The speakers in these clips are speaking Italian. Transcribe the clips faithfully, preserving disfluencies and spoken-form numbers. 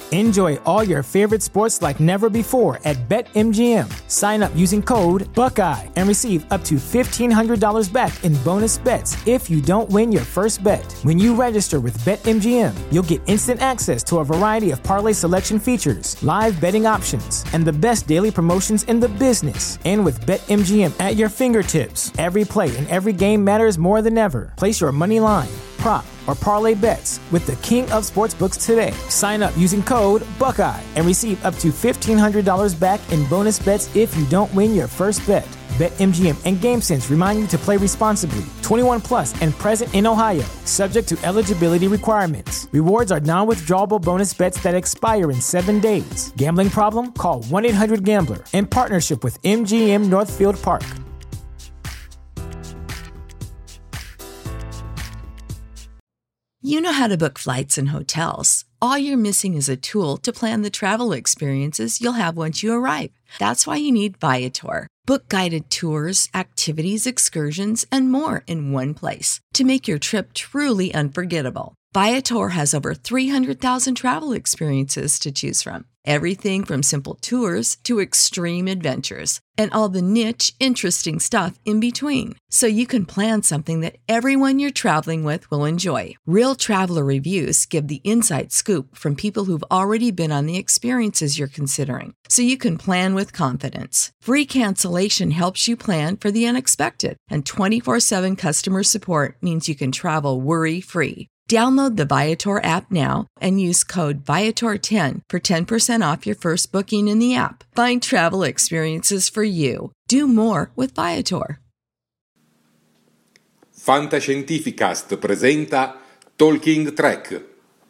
Enjoy all your favorite sports like never before at BetMGM. Sign up using code Buckeye and receive up to fifteen hundred dollars back in bonus bets if you don't win your first bet. When you register with BetMGM, you'll get instant access to a variety of parlay selection features, live betting options, and the best daily promotions in the business. And with BetMGM at your fingertips, every play and every game matters more than ever. Place your money line, prop, or parlay bets with the king of sportsbooks today. Sign up using code Buckeye and receive up to fifteen hundred dollars back in bonus bets if you don't win your first bet. BetMGM and GameSense remind you to play responsibly. twenty-one plus and present in Ohio, subject to eligibility requirements. Rewards are non-withdrawable bonus bets that expire in seven days. Gambling problem? Call one eight hundred gambler in partnership with M G M Northfield Park. You know how to book flights and hotels. All you're missing is a tool to plan the travel experiences you'll have once you arrive. That's why you need Viator. Book guided tours, activities, excursions, and more in one place to make your trip truly unforgettable. Viator has over three hundred thousand travel experiences to choose from. Everything from simple tours to extreme adventures and all the niche, interesting stuff in between. So you can plan something that everyone you're traveling with will enjoy. Real traveler reviews give the inside scoop from people who've already been on the experiences you're considering. So you can plan with confidence. Free cancellation helps you plan for the unexpected. And twenty-four seven customer support means you can travel worry-free. Download the Viator app now and use code Viator ten for ten percent off your first booking in the app. Find travel experiences for you. Do more with Viator. Fantascientificast presenta Talking Trek.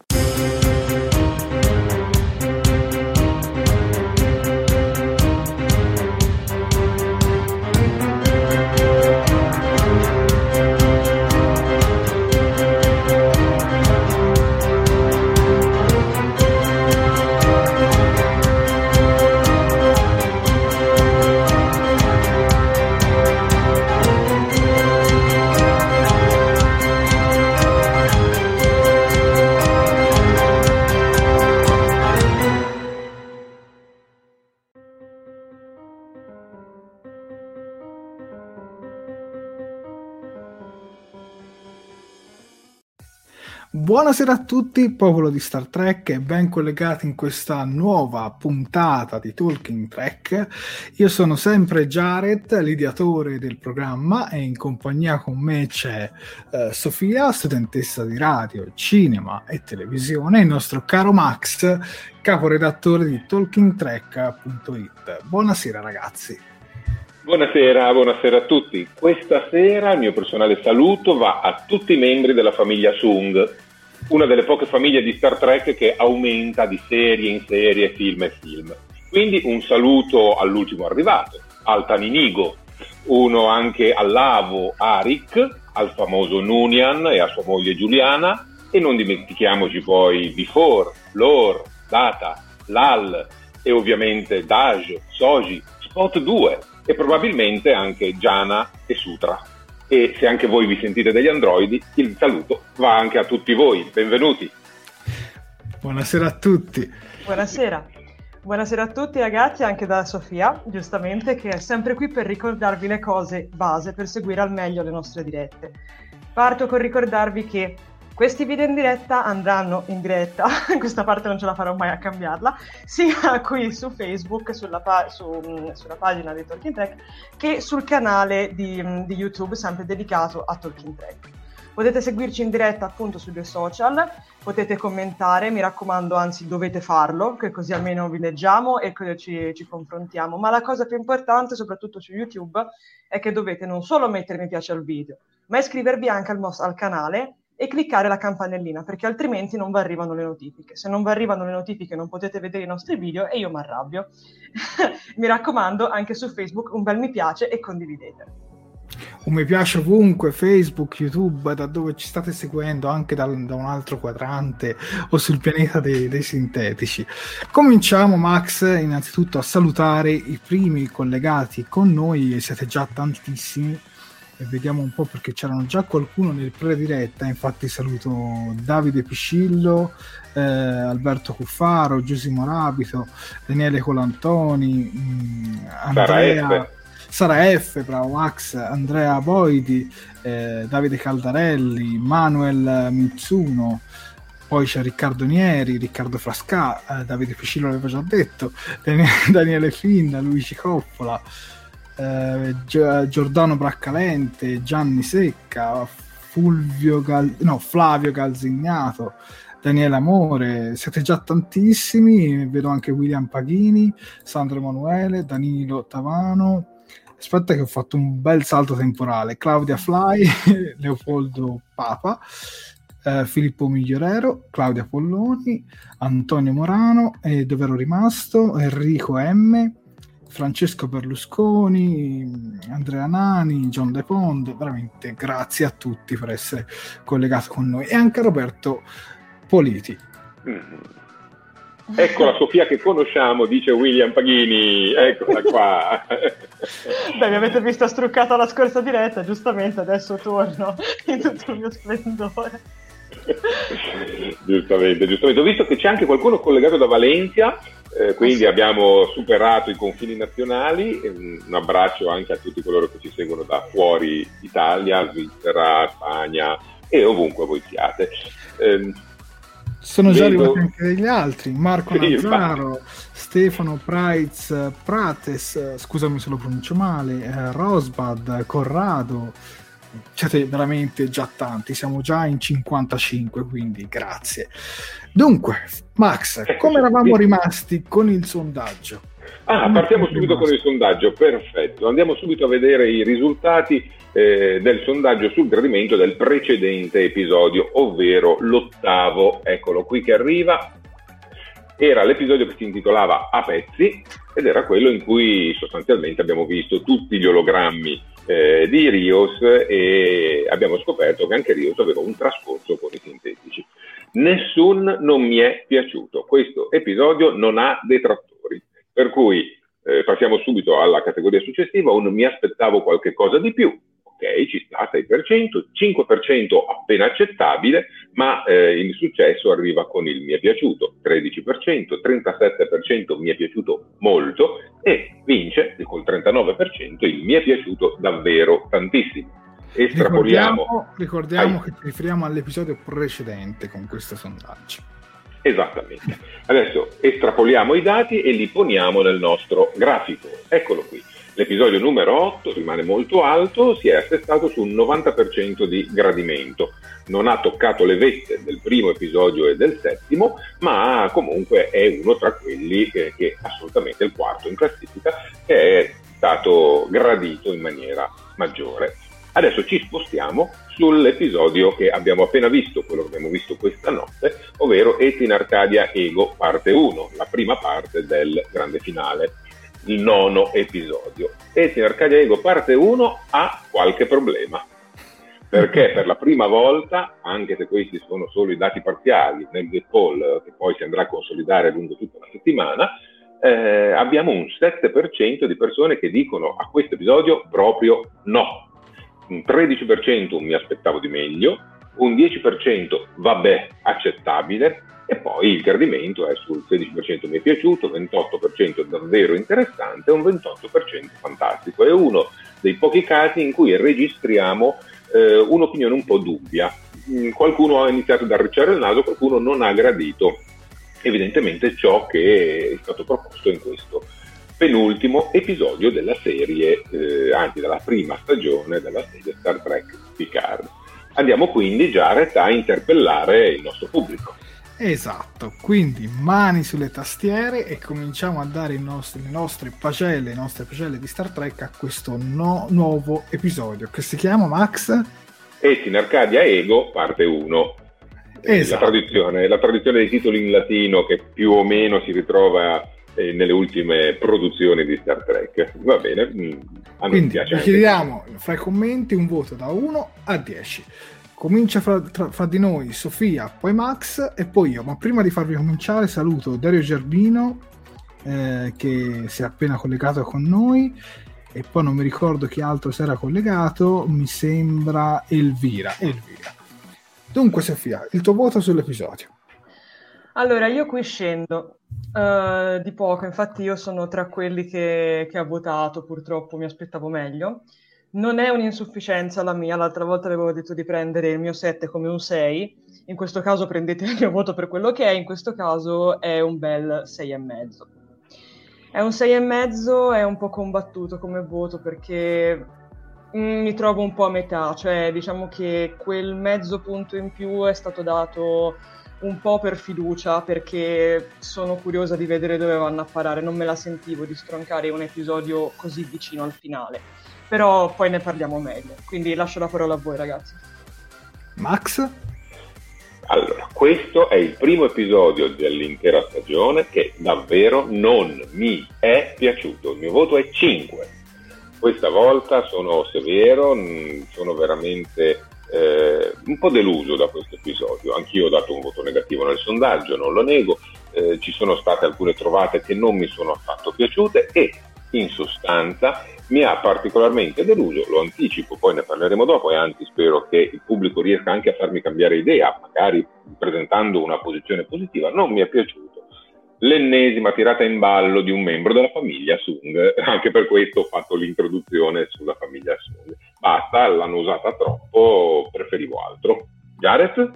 Buonasera a tutti, popolo di Star Trek, e ben collegati in questa nuova puntata di Talking Trek. Io sono sempre Jared, l'ideatore del programma, e in compagnia con me c'è eh, Sofia, studentessa di radio, cinema e televisione, e il nostro caro Max, caporedattore di talking trek punto it. Buonasera ragazzi. Buonasera, buonasera a tutti. Questa sera il mio personale saluto va a tutti i membri della famiglia Sung, una delle poche famiglie di Star Trek che aumenta di serie in serie, film e film. Quindi un saluto all'ultimo arrivato, al Taninigo, uno anche all'Avo Arik, al famoso Nunian e a sua moglie Giuliana, e non dimentichiamoci poi Before, Lore, Data, Lal e ovviamente Daj, Soji, Spot due e probabilmente anche Jana e Sutra. E se anche voi vi sentite degli androidi, il saluto va anche a tutti voi. Benvenuti. Buonasera a tutti. Buonasera. Buonasera a tutti ragazzi, anche da Sofia, giustamente, che è sempre qui per ricordarvi le cose base per seguire al meglio le nostre dirette. Parto con ricordarvi che questi video in diretta andranno in diretta, questa parte non ce la farò mai a cambiarla, sia qui su Facebook, sulla, pa- su, sulla pagina di Talking Trek, che sul canale di, di YouTube, sempre dedicato a Talking Trek. Potete seguirci in diretta appunto sui due social, potete commentare, mi raccomando, anzi dovete farlo, che così almeno vi leggiamo e ci, ci confrontiamo. Ma la cosa più importante, soprattutto su YouTube, è che dovete non solo mettere mi piace al video, ma iscrivervi anche al, mos- al canale e cliccare la campanellina, perché altrimenti non vi arrivano le notifiche. Se non vi arrivano le notifiche non potete vedere i nostri video e io mi arrabbio. Mi raccomando, anche su Facebook un bel mi piace e condividete. Un mi piace ovunque, Facebook, YouTube, da dove ci state seguendo, anche da, da un altro quadrante o sul pianeta dei, dei sintetici. Cominciamo, Max, innanzitutto a salutare i primi collegati con noi, e siete già tantissimi. e vediamo un po', perché c'erano già qualcuno nel pre-diretta. Infatti saluto Davide Piscillo, eh, Alberto Cuffaro, Giusimo Rabito, Daniele Colantoni, mh, Andrea Sara F. Sara F, bravo Max, Andrea Boidi, eh, Davide Caldarelli, Manuel Mitsuno. Poi c'è Riccardo Nieri, Riccardo Frasca, eh, Davide Piscillo l'aveva già detto, Daniele Finna, Luigi Coppola, eh, Gi- Giordano Braccalente, Gianni Secca, Fulvio Gal- no, Flavio Galzignato, Daniele Amore. Siete già tantissimi, vedo anche William Paghini, Sandro Emanuele, Danilo Tavano. Aspetta che ho fatto un bel salto temporale. Claudia Fly, Leopoldo Papa, Uh, Filippo Migliorero, Claudia Polloni, Antonio Morano, e dove ero rimasto? Enrico M, Francesco Berlusconi, Andrea Nani, John De Pond. Veramente grazie a tutti per essere collegati con noi, e anche a Roberto Politi. Mm-hmm. Ecco la Sofia che conosciamo, dice William Paghini, eccola qua. Beh, mi avete vista struccata la scorsa diretta, giustamente adesso torno in tutto il mio splendore. giustamente, giustamente. Ho visto che c'è anche qualcuno collegato da Valencia, eh, quindi ah, sì. Abbiamo superato i confini nazionali. Un abbraccio anche a tutti coloro che ci seguono da fuori Italia, Svizzera, Spagna e ovunque voi siate. Eh, Sono già vedo... arrivati anche degli altri, Marco sì, Nazzaro, infatti. Stefano Price Prates, scusami se lo pronuncio male, eh, Rosbad, Corrado. Siete veramente già tanti, siamo già in cinquantacinque, quindi grazie. Dunque, Max, come eravamo rimasti con il sondaggio? Ah, partiamo subito con il sondaggio, perfetto. Andiamo subito a vedere i risultati eh, del sondaggio sul gradimento del precedente episodio, ovvero l'ottavo. Eccolo qui che arriva. Era l'episodio che si intitolava A pezzi ed era quello in cui sostanzialmente abbiamo visto tutti gli ologrammi eh, di Rios e abbiamo scoperto che anche Rios aveva un trascorso con i sintetici. Nessun non mi è piaciuto. Questo episodio non ha detrattori, per cui eh, passiamo subito alla categoria successiva. Un mi aspettavo qualche cosa di più. Ok, ci sta, sei per cento, cinque per cento appena accettabile, ma eh, il successo arriva con il mi è piaciuto, tredici per cento, trentasette per cento mi è piaciuto molto e vince col trentanove per cento il mi è piaciuto davvero tantissimo. Estrapoliamo. Ricordiamo, ricordiamo che ci riferiamo all'episodio precedente con questo sondaggio. Esattamente. Adesso estrapoliamo i dati e li poniamo nel nostro grafico. Eccolo qui. L'episodio numero otto rimane molto alto, si è assestato su un novanta per cento di gradimento. Non ha toccato le vette del primo episodio e del settimo, ma comunque è uno tra quelli che, che assolutamente il quarto in classifica, che è stato gradito in maniera maggiore. Adesso ci spostiamo sull'episodio che abbiamo appena visto, quello che abbiamo visto questa notte, ovvero Et in Arcadia Ego parte uno, la prima parte del grande finale, il nono episodio. Et in Arcadia Ego parte uno ha qualche problema, perché per la prima volta, anche se questi sono solo i dati parziali nel get poll che poi si andrà a consolidare lungo tutta la settimana, eh, abbiamo un sette per cento di persone che dicono a questo episodio proprio no. Un tredici per cento mi aspettavo di meglio, un dieci per cento vabbè accettabile, e poi il gradimento è sul sedici per cento mi è piaciuto, ventotto per cento davvero interessante e un ventotto per cento fantastico. È uno dei pochi casi in cui registriamo eh, un'opinione un po' dubbia. Qualcuno ha iniziato ad arricciare il naso, qualcuno non ha gradito evidentemente ciò che è stato proposto in questo penultimo episodio della serie, eh, anzi della prima stagione della serie Star Trek Picard. Andiamo quindi, Jared, a interpellare il nostro pubblico. Esatto, quindi mani sulle tastiere e cominciamo a dare i nostri, le nostre pagelle, le nostre pagelle di Star Trek a questo no, nuovo episodio che si chiama, Max? Et in Arcadia Ego parte uno. Esatto. La tradizione, la tradizione dei titoli in latino che più o meno si ritrova eh, nelle ultime produzioni di Star Trek. Va bene. A noi quindi piace vi chiediamo fra i commenti un voto da uno a dieci. Comincia fra, tra, fra di noi Sofia, poi Max e poi io. Ma prima di farvi cominciare saluto Dario Gerbino eh, che si è appena collegato con noi, e poi non mi ricordo chi altro si era collegato, mi sembra Elvira. Elvira. Dunque Sofia, il tuo voto sull'episodio? Allora, io qui scendo uh, di poco, infatti io sono tra quelli che, che ha votato, purtroppo mi aspettavo meglio. Non è un'insufficienza la mia, l'altra volta avevo detto di prendere il mio sette come un sei, in questo caso prendete il mio voto per quello che è, in questo caso è un bel sei e mezzo. È un sei e mezzo, è un po' combattuto come voto perché mm, mi trovo un po' a metà, cioè diciamo che quel mezzo punto in più è stato dato un po' per fiducia, perché sono curiosa di vedere dove vanno a parare, non me la sentivo di stroncare un episodio così vicino al finale, però poi ne parliamo meglio, quindi lascio la parola a voi ragazzi. Max? Allora, questo è il primo episodio dell'intera stagione che davvero non mi è piaciuto, il mio voto è cinque. Questa volta sono severo, sono veramente eh, un po' deluso da questo episodio. Anch'io ho dato un voto negativo nel sondaggio, non lo nego, eh, ci sono state alcune trovate che non mi sono affatto piaciute e in sostanza mi ha particolarmente deluso, lo anticipo, poi ne parleremo dopo e anzi spero che il pubblico riesca anche a farmi cambiare idea, magari presentando una posizione positiva. Non mi è piaciuto l'ennesima tirata in ballo di un membro della famiglia Sung, anche per questo ho fatto l'introduzione sulla famiglia Sung. Basta, l'hanno usata troppo, preferivo altro. Gareth?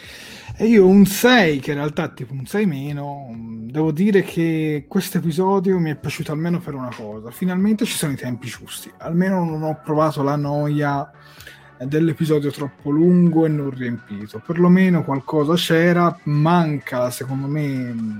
E io un sei, che in realtà è tipo un sei meno. Devo dire che questo episodio mi è piaciuto almeno per una cosa: finalmente ci sono i tempi giusti, almeno non ho provato la noia dell'episodio troppo lungo e non riempito, perlomeno qualcosa c'era. Manca, secondo me,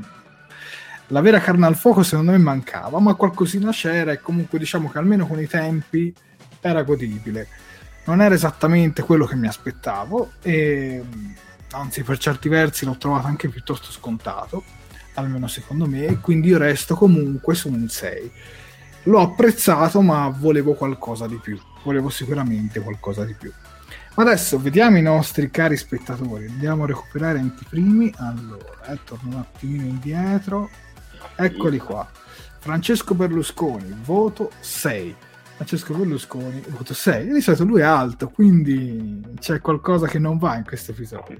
la vera carne al fuoco, secondo me mancava, ma qualcosina c'era e comunque diciamo che almeno con i tempi era godibile. Non era esattamente quello che mi aspettavo e anzi per certi versi l'ho trovato anche piuttosto scontato, almeno secondo me, e quindi io resto comunque su un sei. L'ho apprezzato, ma volevo qualcosa di più, volevo sicuramente qualcosa di più. Ma adesso vediamo i nostri cari spettatori, andiamo a recuperare anteprimi. Allora, eh, torno un attimino indietro, eccoli qua. Francesco Berlusconi, voto sei. Francesco Berlusconi, voto sei. E di solito lui è alto, quindi c'è qualcosa che non va in questo episodio.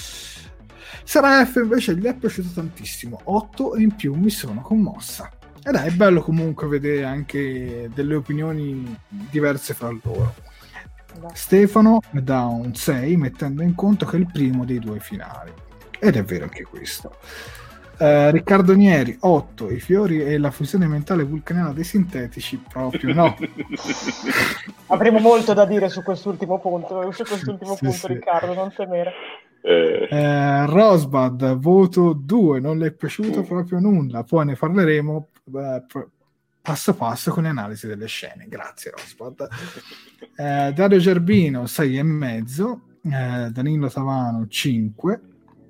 Sara F invece gli è piaciuto tantissimo, otto, e in più mi sono commossa. Ed è bello comunque vedere anche delle opinioni diverse fra loro. Stefano dà un sei, mettendo in conto che è il primo dei due finali. Ed è vero anche questo. Uh, Riccardo Nieri, otto, i fiori e la fusione mentale vulcaniana dei sintetici proprio no. Avremo molto da dire su quest'ultimo punto, su quest'ultimo sì, punto sì. Riccardo, non temere. Eh. Uh, Rosbad, voto due, non le è piaciuto proprio nulla, poi ne parleremo uh, pr- passo passo con le analisi delle scene. Grazie Rosbad. Uh, Dario Gerbino, sei e mezzo, uh, Danilo Tavano, cinque.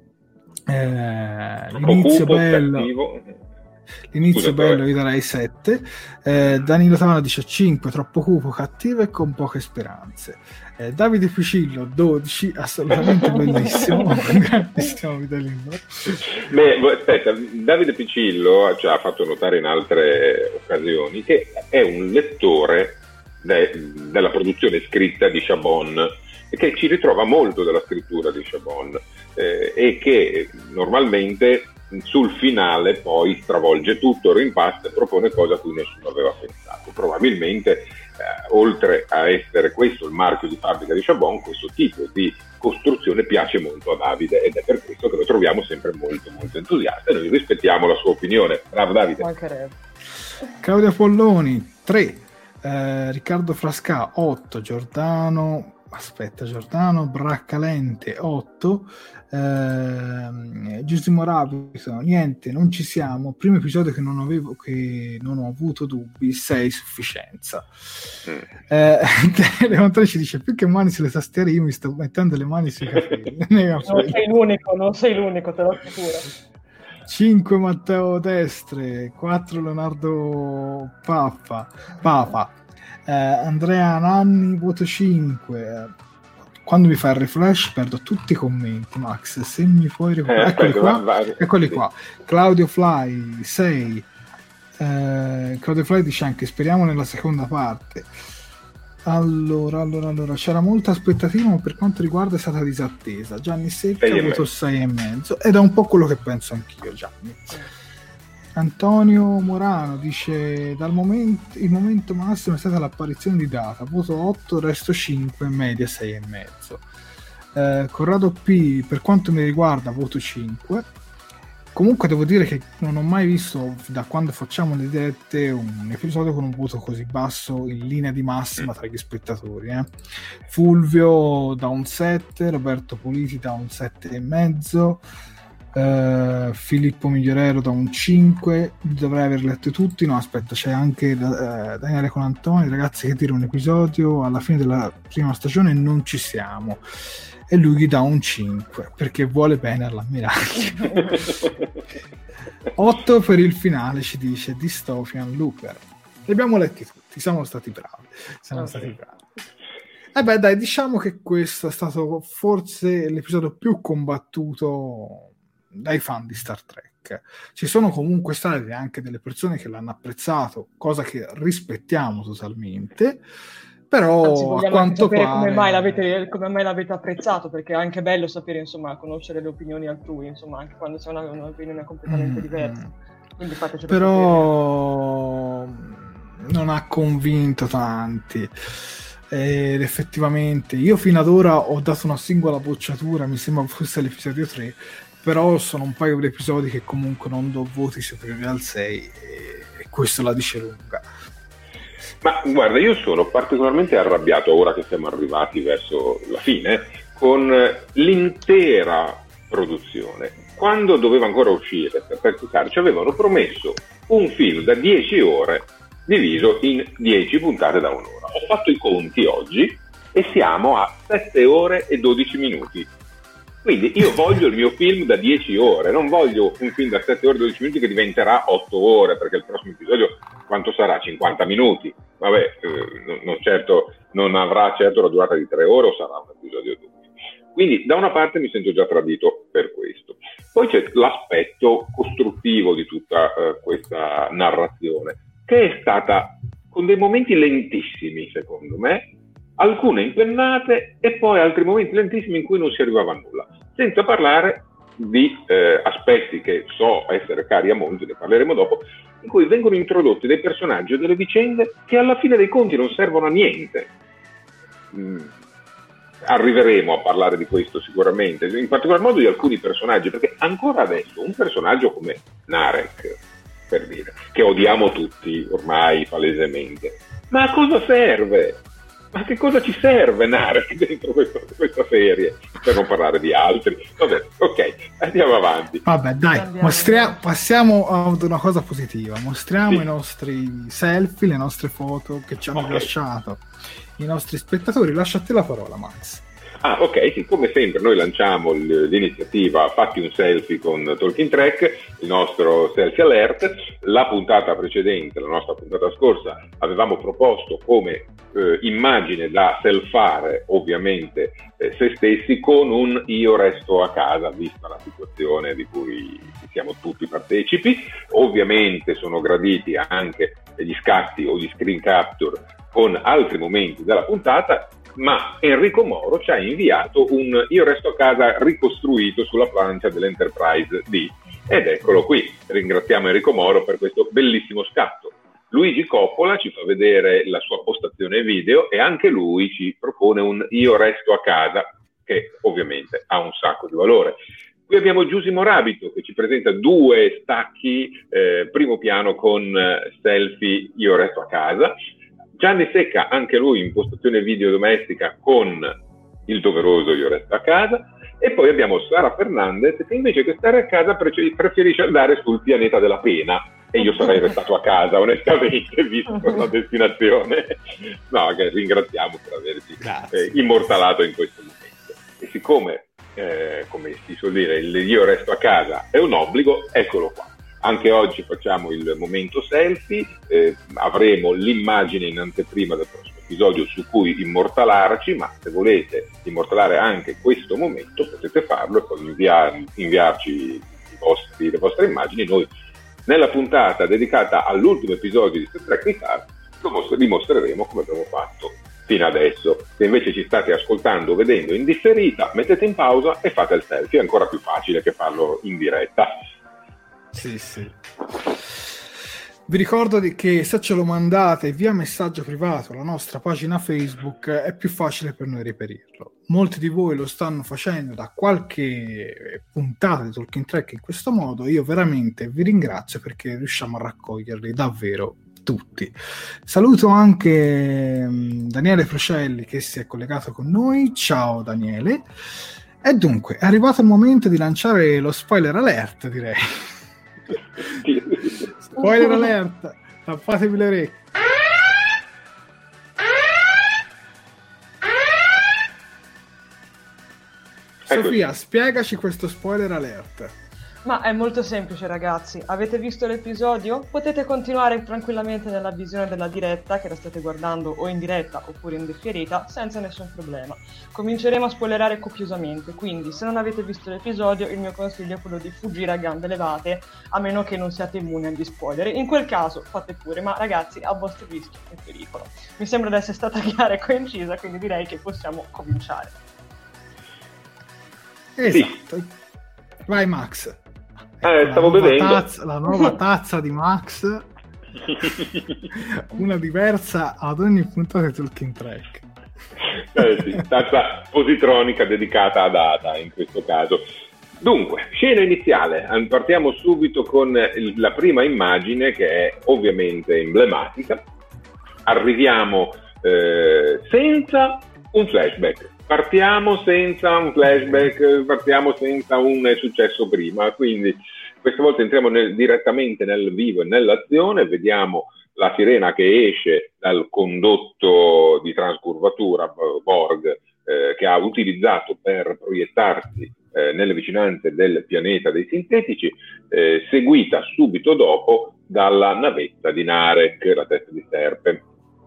Eh, l'inizio Ocupo, bello cattivo. l'inizio Scusa, bello vai. io darei sette. eh, Danilo Tavano dice cinque, troppo cupo, cattivo e con poche speranze. eh, Davide Picillo dodici, assolutamente bellissimo. Grandissimo videolibro. Beh, aspetta, Davide Picillo ci ha fatto notare in altre occasioni che è un lettore de- della produzione scritta di Chabon e che ci ritrova molto della scrittura di Chabon eh, e che normalmente sul finale poi stravolge tutto, rimpasta e propone cose a cui nessuno aveva pensato. Probabilmente eh, oltre a essere questo il marchio di fabbrica di Chabon, questo tipo di costruzione piace molto a Davide ed è per questo che lo troviamo sempre molto molto entusiasta e noi rispettiamo la sua opinione. Bravo Davide. Mancherebbe. Claudia Polloni tre, eh, Riccardo Frasca otto, Giordano aspetta Giordano Braccalente otto, eh, Giusimo Rapito niente, non ci siamo, primo episodio che non avevo che non ho avuto dubbi, sei, sufficienza. mm. eh, Leontre ci dice più che mani sulle tastiere io mi sto mettendo le mani sui capelli. Non sei l'unico, non sei l'unico, te lo assicuro. cinque Matteo Destre, quattro Leonardo Paffa Papa, eh, Andrea Nanni voto cinque. Quando mi fa il refresh perdo tutti i commenti. Max, se mi puoi recuperare, eh, eccoli, qua, va, va, eccoli sì. qua Claudio Fly sei, Eh, Claudio Fly dice anche speriamo nella seconda parte. Allora, allora, allora, c'era molta aspettativa, ma per quanto riguarda è stata disattesa. Gianni Secca ha avuto sei e mezzo ed è un po' quello che penso anch'io, Gianni. Antonio Morano dice dal momento, il momento massimo è stata l'apparizione di Data, voto otto, resto cinque, media sei e mezzo. Eh, Corrado P, per quanto mi riguarda, voto cinque. Comunque devo dire che non ho mai visto, da quando facciamo le dirette, un episodio con un voto così basso in linea di massima tra gli spettatori. Eh. Fulvio da un sette, Roberto Politi da un sette e mezzo, uh, Filippo Migliorero da un cinque, dovrei aver letto tutti, no aspetta, c'è anche uh, Daniele Colantoni, ragazzi che tira un episodio alla fine della prima stagione non ci siamo. E lui gli dà un cinque perché vuole bene all'ammiraglia. otto per il finale, ci dice Dystopian Looper. Li abbiamo letti tutti, siamo stati bravi. Siamo okay. stati bravi. E beh, dai, diciamo che questo è stato forse l'episodio più combattuto dai fan di Star Trek. Ci sono comunque state anche delle persone che l'hanno apprezzato, cosa che rispettiamo totalmente. Però Anzi, a quanto sapere pare come mai, l'avete, come mai l'avete apprezzato, perché è anche bello sapere, insomma, conoscere le opinioni altrui, insomma, anche quando c'è una, un'opinione completamente mm. diversa. Quindi fatecelo però sapere. Non ha convinto tanti ed effettivamente io fino ad ora ho dato una singola bocciatura, mi sembra fosse l'episodio tre, però sono un paio di episodi che comunque non do voti superiori al sei e, e questo la dice lunga. Ma guarda, io sono particolarmente arrabbiato ora che siamo arrivati verso la fine con l'intera produzione. Quando doveva ancora uscire per Terzo ci avevano promesso un film da dieci ore diviso in dieci puntate da un'ora. Ho fatto i conti oggi e siamo a sette ore e dodici minuti. Quindi io voglio il mio film da dieci ore, non voglio un film da sette ore e dodici minuti che diventerà otto ore, perché il prossimo episodio quanto sarà? cinquanta minuti? Vabbè, eh, non, certo, non avrà certo la durata di tre ore o sarà un episodio doppio. Quindi da una parte mi sento già tradito per questo. Poi c'è l'aspetto costruttivo di tutta eh, questa narrazione, che è stata con dei momenti lentissimi, secondo me, alcune impennate e poi altri momenti lentissimi in cui non si arrivava a nulla, senza parlare di eh, aspetti che so essere cari a molti, ne parleremo dopo, in cui vengono introdotti dei personaggi o delle vicende che alla fine dei conti non servono a niente. Mm. Arriveremo a parlare di questo sicuramente, in particolar modo di alcuni personaggi, perché ancora adesso un personaggio come Narek, per dire, che odiamo tutti ormai palesemente, ma a cosa serve? Ma che cosa ci serve Narek dentro questo, questa serie? Per non parlare di altri. Vabbè, ok, andiamo avanti. Vabbè, dai, mostria- passiamo ad una cosa positiva. Mostriamo sì. i nostri selfie, le nostre foto che ci hanno okay. lasciato i nostri spettatori. Lascia a te la parola, Max. Ah, ok, sì, come sempre noi lanciamo l'iniziativa Fatti un selfie con Talking Trek, il nostro selfie alert. La puntata precedente, la nostra puntata scorsa, avevamo proposto come eh, immagine da selfare ovviamente eh, se stessi con un io resto a casa, vista la situazione di cui siamo tutti partecipi. Ovviamente sono graditi anche gli scatti o gli screen capture con altri momenti della puntata, ma Enrico Moro ci ha inviato un io resto a casa ricostruito sulla plancia dell'Enterprise D ed eccolo qui. Ringraziamo Enrico Moro per questo bellissimo scatto. Luigi Coppola ci fa vedere la sua postazione video e anche lui ci propone un io resto a casa che ovviamente ha un sacco di valore. Qui abbiamo Giusimo Rabito che ci presenta due stacchi, eh, primo piano con eh, selfie io resto a casa. Gianni Secca, anche lui in postazione video domestica con il doveroso io resto a casa, e poi abbiamo Sara Fernandez che invece che stare a casa preferisce andare sul pianeta della pena, e io sarei restato a casa onestamente visto la destinazione. No, che ringraziamo per averci eh, immortalato in questo momento. E siccome eh, come si suol dire il io resto a casa è un obbligo, eccolo qua. Anche oggi facciamo il momento selfie, eh, avremo l'immagine in anteprima del prossimo episodio su cui immortalarci, ma se volete immortalare anche questo momento potete farlo e poi inviar, inviarci i vostri, le vostre immagini. Noi Nella puntata dedicata all'ultimo episodio di Star Trek Picard dimostreremo come abbiamo fatto fino adesso. Se invece ci state ascoltando o vedendo in differita, mettete in pausa e fate il selfie, è ancora più facile che farlo in diretta. Sì, sì. Vi ricordo di che se ce lo mandate via messaggio privato alla nostra pagina Facebook è più facile per noi reperirlo. Molti di voi lo stanno facendo da qualche puntata di Talking Trek in questo modo. Io veramente vi ringrazio perché riusciamo a raccoglierli davvero tutti. Saluto anche Daniele Procelli che si è collegato con noi. Ciao Daniele. E dunque è arrivato il momento di lanciare lo spoiler alert, direi. Spoiler alert, tappatevi le orecchie. Sofia, spiegaci questo spoiler alert. Ma è molto semplice, ragazzi. Avete visto l'episodio? Potete continuare tranquillamente nella visione della diretta, che la state guardando o in diretta oppure in differita, senza nessun problema. Cominceremo a spoilerare copiosamente, quindi se non avete visto l'episodio, il mio consiglio è quello di fuggire a gambe levate, a meno che non siate immuni agli spoiler. In quel caso fate pure, ma ragazzi, a vostro rischio e pericolo. Mi sembra di essere stata chiara e concisa, quindi direi che possiamo cominciare. Esatto. Sì. Vai Max. Eh, stavo bevendo tazza, la nuova tazza di Max, una diversa ad ogni puntata di Talking Trek. Eh sì, tazza positronica dedicata ad Ada in questo caso. Dunque, scena iniziale, partiamo subito con la prima immagine che è ovviamente emblematica. Arriviamo eh, senza un flashback. Partiamo senza un flashback, partiamo senza un è successo prima, quindi questa volta entriamo nel, direttamente nel vivo e nell'azione, vediamo la sirena che esce dal condotto di transcurvatura Borg eh, che ha utilizzato per proiettarsi eh, nelle vicinanze del pianeta dei sintetici, eh, seguita subito dopo dalla navetta di Narek, la testa di serpe.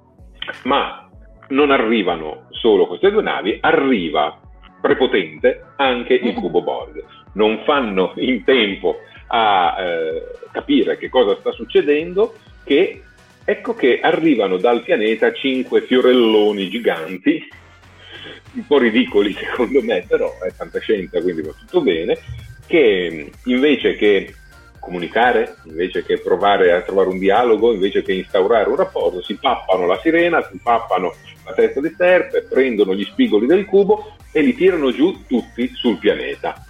Ma non arrivano solo queste due navi, arriva prepotente anche il cubo Borg. Non fanno in tempo a eh, capire che cosa sta succedendo, che ecco che arrivano dal pianeta cinque fiorelloni giganti, un po' ridicoli secondo me, però è fantascienza, quindi va tutto bene, che invece che comunicare, invece che provare a trovare un dialogo, invece che instaurare un rapporto, si pappano la sirena, si pappano la testa di serpe, prendono gli spigoli del cubo e li tirano giù tutti sul pianeta.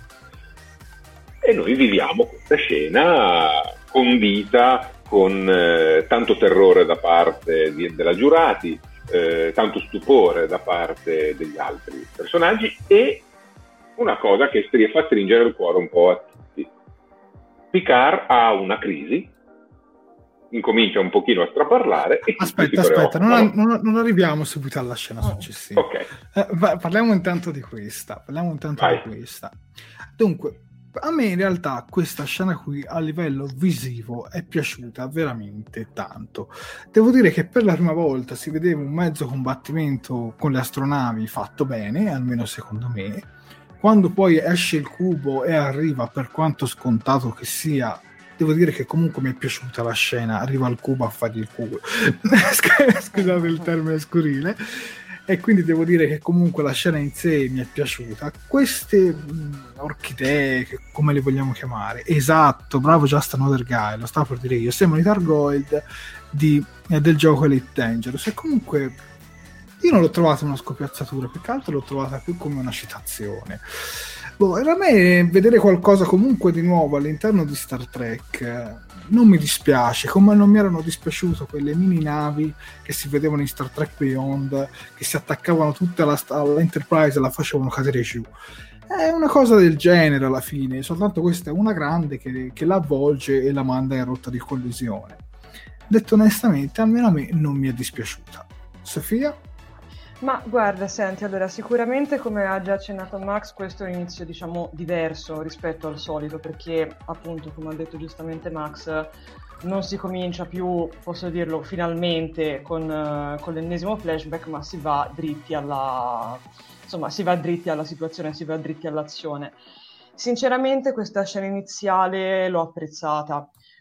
E noi viviamo questa scena condita con eh, tanto terrore da parte di, della giurati, eh, tanto stupore da parte degli altri personaggi e una cosa che str- fa stringere il cuore un po' a tutti. Picard ha una crisi, incomincia un pochino a straparlare e aspetta aspetta non, non, non arriviamo subito alla scena successiva. Okay. Eh, parliamo intanto di questa parliamo intanto Vai. di questa dunque a me in realtà questa scena qui a livello visivo è piaciuta veramente tanto. Devo dire che per la prima volta si vedeva un mezzo combattimento con le astronavi fatto bene, almeno secondo me. Quando poi esce il cubo e arriva, per quanto scontato che sia, devo dire che comunque mi è piaciuta la scena, arriva il cubo a fargli il cubo. Scusate il termine scurile. E quindi devo dire che comunque la scena in sé mi è piaciuta. Queste mh, orchidee, che, come le vogliamo chiamare, esatto, bravo Just Another Guy, lo stavo per dire io, sembrano i Targoid di, eh, del gioco Elite Dangerous. E comunque io non l'ho trovata una scopiazzatura, più che altro l'ho trovata più come una citazione. Boh, e a me vedere qualcosa comunque di nuovo all'interno di Star Trek non mi dispiace, come non mi erano dispiaciuto quelle mini navi che si vedevano in Star Trek Beyond, che si attaccavano tutte alla, all'Enterprise e la facevano cadere giù. È una cosa del genere alla fine, soltanto questa è una grande che, che la avvolge e la manda in rotta di collisione. Detto onestamente, almeno a me non mi è dispiaciuta. Sofia? Ma guarda, senti, allora sicuramente come ha già accennato Max questo è un inizio diciamo diverso rispetto al solito, perché appunto come ha detto giustamente Max non si comincia più, posso dirlo finalmente, con, uh, con l'ennesimo flashback, ma si va dritti alla insomma si va dritti alla situazione, si va dritti all'azione. Sinceramente questa scena iniziale l'ho apprezzata.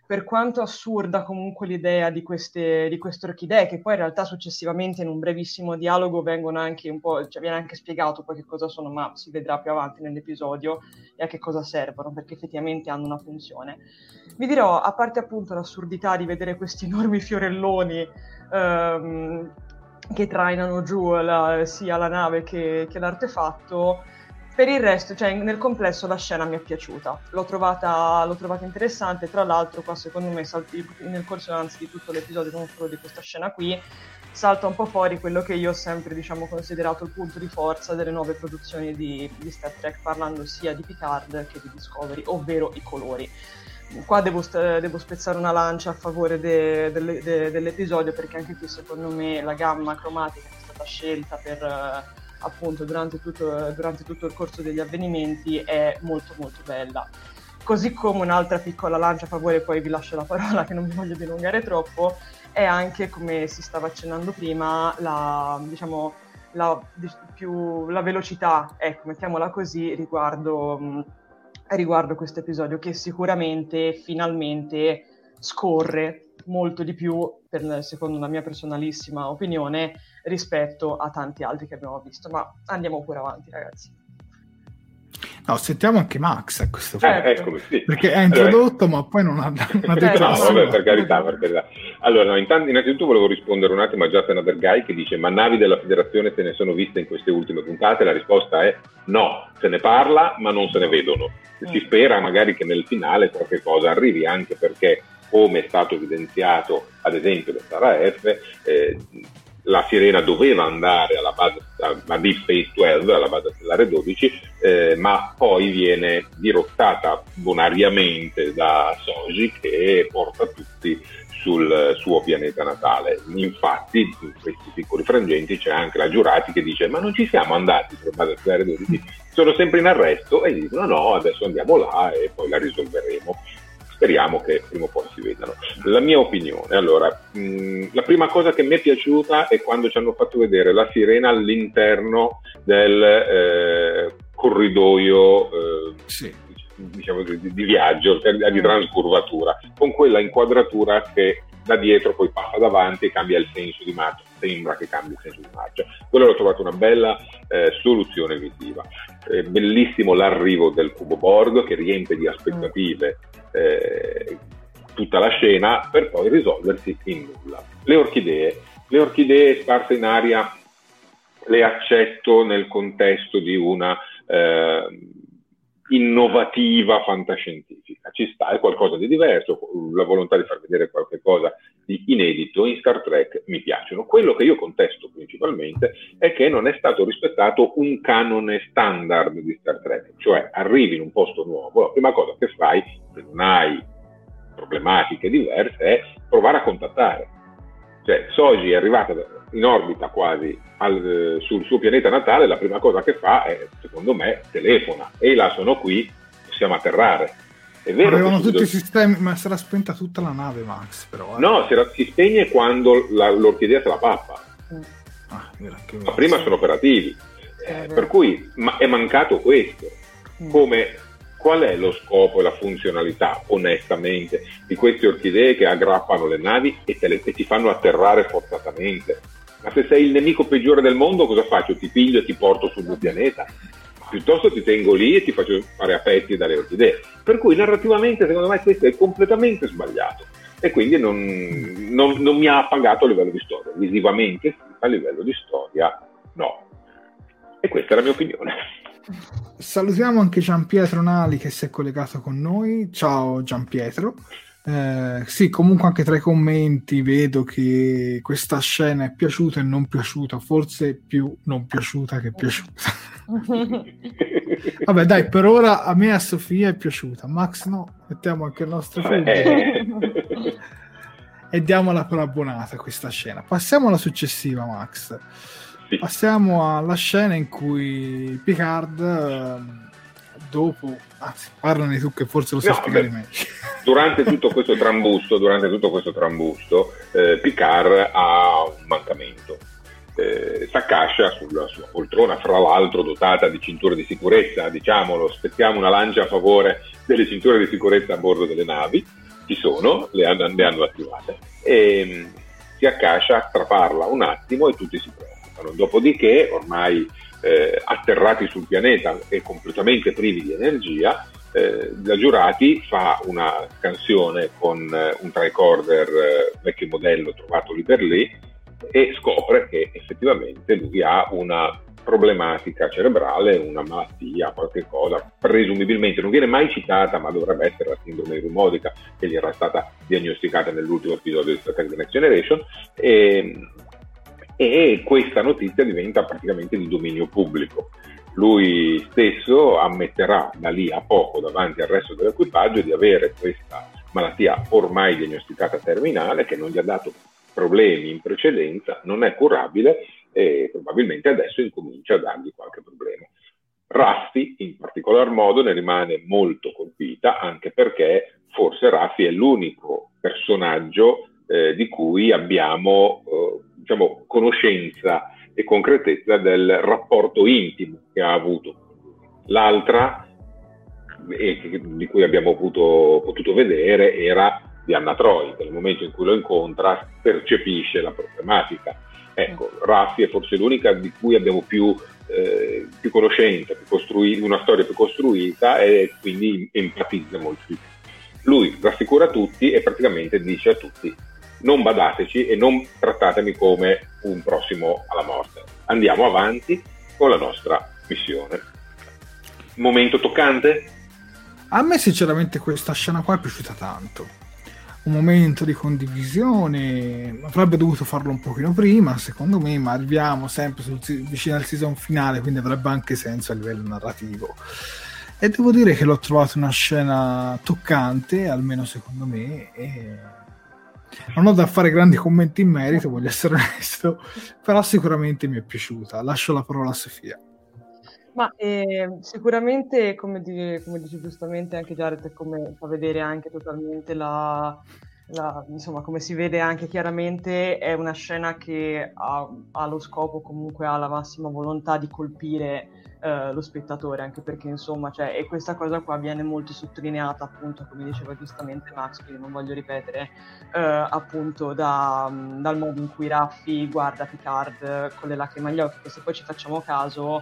per quanto assurda comunque l'idea di queste, di queste orchidee, che poi in realtà successivamente in un brevissimo dialogo vengono anche un po', cioè viene anche spiegato poi che cosa sono, ma si vedrà più avanti nell'episodio, e a che cosa servono, perché effettivamente hanno una funzione. Vi dirò, a parte appunto l'assurdità di vedere questi enormi fiorelloni ehm, che trainano giù la, sia la nave che, che l'artefatto, per il resto, cioè nel complesso la scena mi è piaciuta, l'ho trovata, l'ho trovata interessante. Tra l'altro qua secondo me salti, nel corso anzi di tutto l'episodio, non solo di questa scena qui, salta un po' fuori quello che io ho sempre diciamo considerato il punto di forza delle nuove produzioni di, di Star Trek, parlando sia di Picard che di Discovery, ovvero i colori. Qua devo, devo spezzare una lancia a favore de, de, de, dell'episodio, perché anche qui secondo me la gamma cromatica che è stata scelta per appunto durante tutto, durante tutto il corso degli avvenimenti è molto molto bella. Così come un'altra piccola lancia a favore, poi vi lascio la parola che non mi voglio dilungare troppo, è anche, come si stava accennando prima, la, diciamo, la, più, la velocità, ecco, mettiamola così, riguardo, riguardo questo episodio, che sicuramente finalmente scorre molto di più, per, secondo una mia personalissima opinione, rispetto a tanti altri che abbiamo visto. Ma andiamo pure avanti, ragazzi. No, sentiamo anche Max a questo punto. Certo. Eh, eccomi, sì. Perché ha introdotto, allora, ma poi non ha, non ha detto no, vabbè, per carità, per carità. Allora, no, intanto, innanzitutto volevo rispondere un attimo a Just Another Guy che dice: ma navi della federazione se ne sono viste in queste ultime puntate? La risposta è no, se ne parla ma non se ne vedono. Si spera magari che nel finale qualche cosa arrivi, anche perché, come è stato evidenziato ad esempio da Sara F, eh, la Sirena doveva andare alla base, a Deep Space dodici, alla base stellare dodici, eh, ma poi viene dirottata bonariamente da Soji, che porta tutti sul suo pianeta natale. Infatti in questi piccoli frangenti c'è anche la Giurati che dice: ma non ci siamo andati sulla base stellare dodici, sono sempre in arresto, e gli dicono no, adesso andiamo là e poi la risolveremo. Speriamo che prima o poi si vedano. La mia opinione, allora, mh, la prima cosa che mi è piaciuta è quando ci hanno fatto vedere la Sirena all'interno del eh, corridoio eh, sì. diciamo di, di viaggio, di transcurvatura, con quella inquadratura che da dietro poi passa davanti e cambia il senso di marcia, sembra che cambi il senso di marcia. Quello l'ho trovato una bella eh, soluzione visiva. Eh, bellissimo l'arrivo del cubo Borg, che riempie di aspettative eh, tutta la scena, per poi risolversi in nulla. Le orchidee, le orchidee sparse in aria le accetto nel contesto di una eh, innovativa fantascientifica, ci sta, è qualcosa di diverso, la volontà di far vedere qualche cosa di inedito in Star Trek mi piacciono. Quello che io contesto principalmente è che non è stato rispettato un canone standard di Star Trek, cioè arrivi in un posto nuovo, la prima cosa che fai, se non hai problematiche diverse, è provare a contattare. Cioè Soji è arrivata in orbita quasi al, sul suo pianeta natale, la prima cosa che fa è, secondo me, telefona: ehi là, sono qui, possiamo atterrare. È vero, avevano che tutti subito... i sistemi, ma sarà spenta tutta la nave, Max, però eh. no, si, era, si spegne quando la, l'orchidea se la pappa. Ah, vero, che ma prima sono operativi, eh, per cui ma è mancato questo. Come qual è lo scopo e la funzionalità, onestamente, di queste orchidee che aggrappano le navi e, te le, e ti fanno atterrare forzatamente? Ma se sei il nemico peggiore del mondo, cosa faccio? Ti piglio e ti porto sul mio pianeta? Piuttosto ti tengo lì e ti faccio fare a petti dalle orchidee. Per cui narrativamente, secondo me, questo è completamente sbagliato, e quindi non, non, non mi ha appagato a livello di storia. Visivamente sì, a livello di storia no. E questa è la mia opinione. Salutiamo anche Gianpietro Nali che si è collegato con noi. Ciao Gianpietro. Eh, sì, comunque anche tra i commenti vedo che questa scena è piaciuta e non piaciuta, forse più non piaciuta che piaciuta. Vabbè dai, per ora a me e a Sofia è piaciuta, Max no, mettiamo anche il nostro film e diamola per abbonata questa scena. Passiamo alla successiva, Max. Passiamo alla scena in cui Picard eh, dopo, anzi parlane tu che forse lo sai no, spiegare beh, meglio. Durante tutto questo trambusto, durante tutto questo trambusto eh, Picard ha un mancamento. Eh, s'accascia sulla sua poltrona, fra l'altro dotata di cinture di sicurezza, diciamolo, spettiamo una lancia a favore delle cinture di sicurezza a bordo delle navi, ci sono, le hanno, le hanno attivate, e si accascia, straparla un attimo e tutti si preoccupano. Dopodiché, ormai eh, atterrati sul pianeta e completamente privi di energia, eh, la Giurati fa una scansione con eh, un tricorder eh, vecchio modello trovato lì per lì e scopre che effettivamente lui ha una problematica cerebrale, una malattia, qualche cosa, presumibilmente non viene mai citata, ma dovrebbe essere la sindrome rumodica che gli era stata diagnosticata nell'ultimo episodio di Star Trek The Next Generation, e, e questa notizia diventa praticamente di dominio pubblico. Lui stesso ammetterà da lì a poco davanti al resto dell'equipaggio di avere questa malattia ormai diagnosticata terminale, che non gli ha dato problemi in precedenza, non è curabile e probabilmente adesso incomincia a dargli qualche problema. Raffi in particolar modo ne rimane molto colpita, anche perché forse Raffi è l'unico personaggio eh, di cui abbiamo eh, diciamo conoscenza e concretezza del rapporto intimo che ha avuto. L'altra, e di cui abbiamo avuto, potuto vedere, era di Anna Troi, che nel momento in cui lo incontra percepisce la problematica. Ecco, Raffi è forse l'unica di cui abbiamo più, eh, più conoscenza, più costruita, una storia più costruita, e quindi empatizza molto di più. Lui rassicura tutti e praticamente dice a tutti: non badateci e non trattatemi come un prossimo alla morte. Andiamo avanti con la nostra missione. Momento toccante? A me sinceramente questa scena qua è piaciuta tanto. Un momento di condivisione, avrebbe dovuto farlo un pochino prima secondo me, ma arriviamo sempre sul, vicino al season finale, quindi avrebbe anche senso a livello narrativo, e devo dire che l'ho trovato una scena toccante, almeno secondo me, e non ho da fare grandi commenti in merito, voglio essere onesto, però sicuramente mi è piaciuta. Lascio la parola a Sofia. Ma eh, sicuramente, come, di, come dice giustamente anche Jared, come fa vedere anche totalmente la, la, insomma, come si vede anche chiaramente, è una scena che ha, ha lo scopo, comunque ha la massima volontà di colpire eh, lo spettatore, anche perché insomma, cioè, e questa cosa qua viene molto sottolineata, appunto, come diceva giustamente Max, quindi non voglio ripetere, eh, appunto da, dal modo in cui Raffi guarda Picard con le lacrime agli occhi, che se poi ci facciamo caso,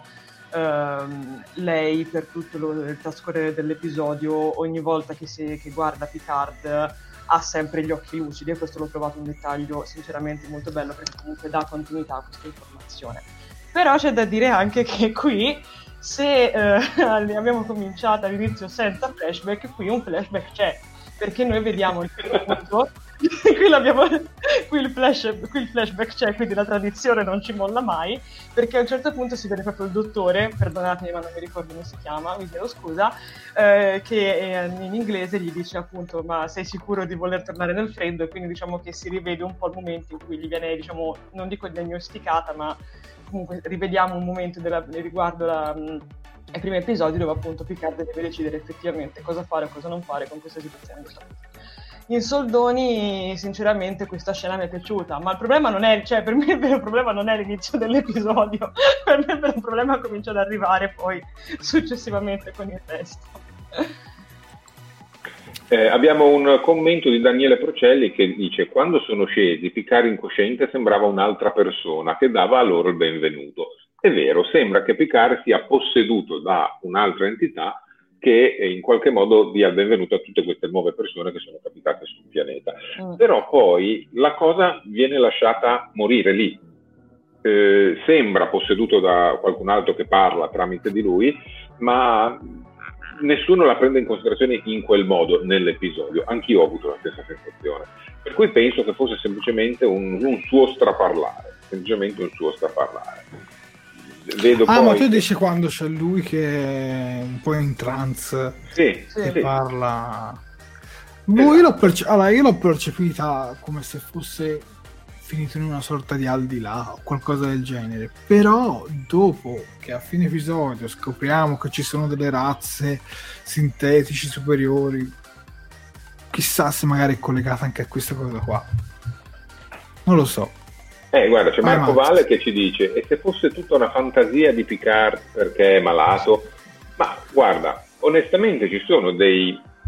Uh, lei per tutto lo, il trascorrere dell'episodio, ogni volta che, si, che guarda Picard ha sempre gli occhi lucidi, e questo l'ho trovato un dettaglio sinceramente molto bello, perché comunque dà continuità a questa informazione. Però c'è da dire anche che qui, se uh, abbiamo cominciato all'inizio senza flashback, qui un flashback c'è, perché noi vediamo il punto qui, l'abbiamo, qui, il flash, qui il flashback c'è, quindi la tradizione non ci molla mai, perché a un certo punto si vede proprio il dottore, perdonatemi ma non mi ricordo come si chiama, vi chiedo scusa, eh, che eh, in inglese gli dice appunto: ma sei sicuro di voler tornare nel freddo? E quindi diciamo che si rivede un po' il momento in cui gli viene, diciamo, non dico diagnosticata, ma comunque rivediamo un momento della, riguardo la, mh, ai primi episodi, dove appunto Picard deve decidere effettivamente cosa fare o cosa non fare con questa situazione. In soldoni, sinceramente, questa scena mi è piaciuta, ma il problema non è, cioè per me il vero problema non è l'inizio dell'episodio, per me il vero problema comincia ad arrivare poi successivamente con il resto. Eh, abbiamo un commento di Daniele Procelli che dice: quando sono scesi, Picard incosciente sembrava un'altra persona che dava a loro il benvenuto. È vero, sembra che Picard sia posseduto da un'altra entità che in qualche modo dia il benvenuto a tutte queste nuove persone che sono capitate sul pianeta. Mm. Però poi la cosa viene lasciata morire lì. Eh, sembra posseduto da qualcun altro che parla tramite di lui, ma nessuno la prende in considerazione in quel modo nell'episodio. Anch'io ho avuto la stessa sensazione. Per cui penso che fosse semplicemente un, un suo straparlare, semplicemente un suo straparlare. Vedo ah, poi ma tu che... dici quando c'è lui che è un po' in trance, sì, che sì. parla. Boh, io, l'ho perce... allora, io l'ho percepita come se fosse finito in una sorta di al di là o qualcosa del genere. Però dopo che a fine episodio scopriamo che ci sono delle razze sintetici superiori, chissà se magari è collegata anche a questa cosa qua. Non lo so. Eh, guarda, c'è Vai, Marco Max. Valle che ci dice: e se fosse tutta una fantasia di Picard perché è malato? Ma guarda, onestamente ci sono dei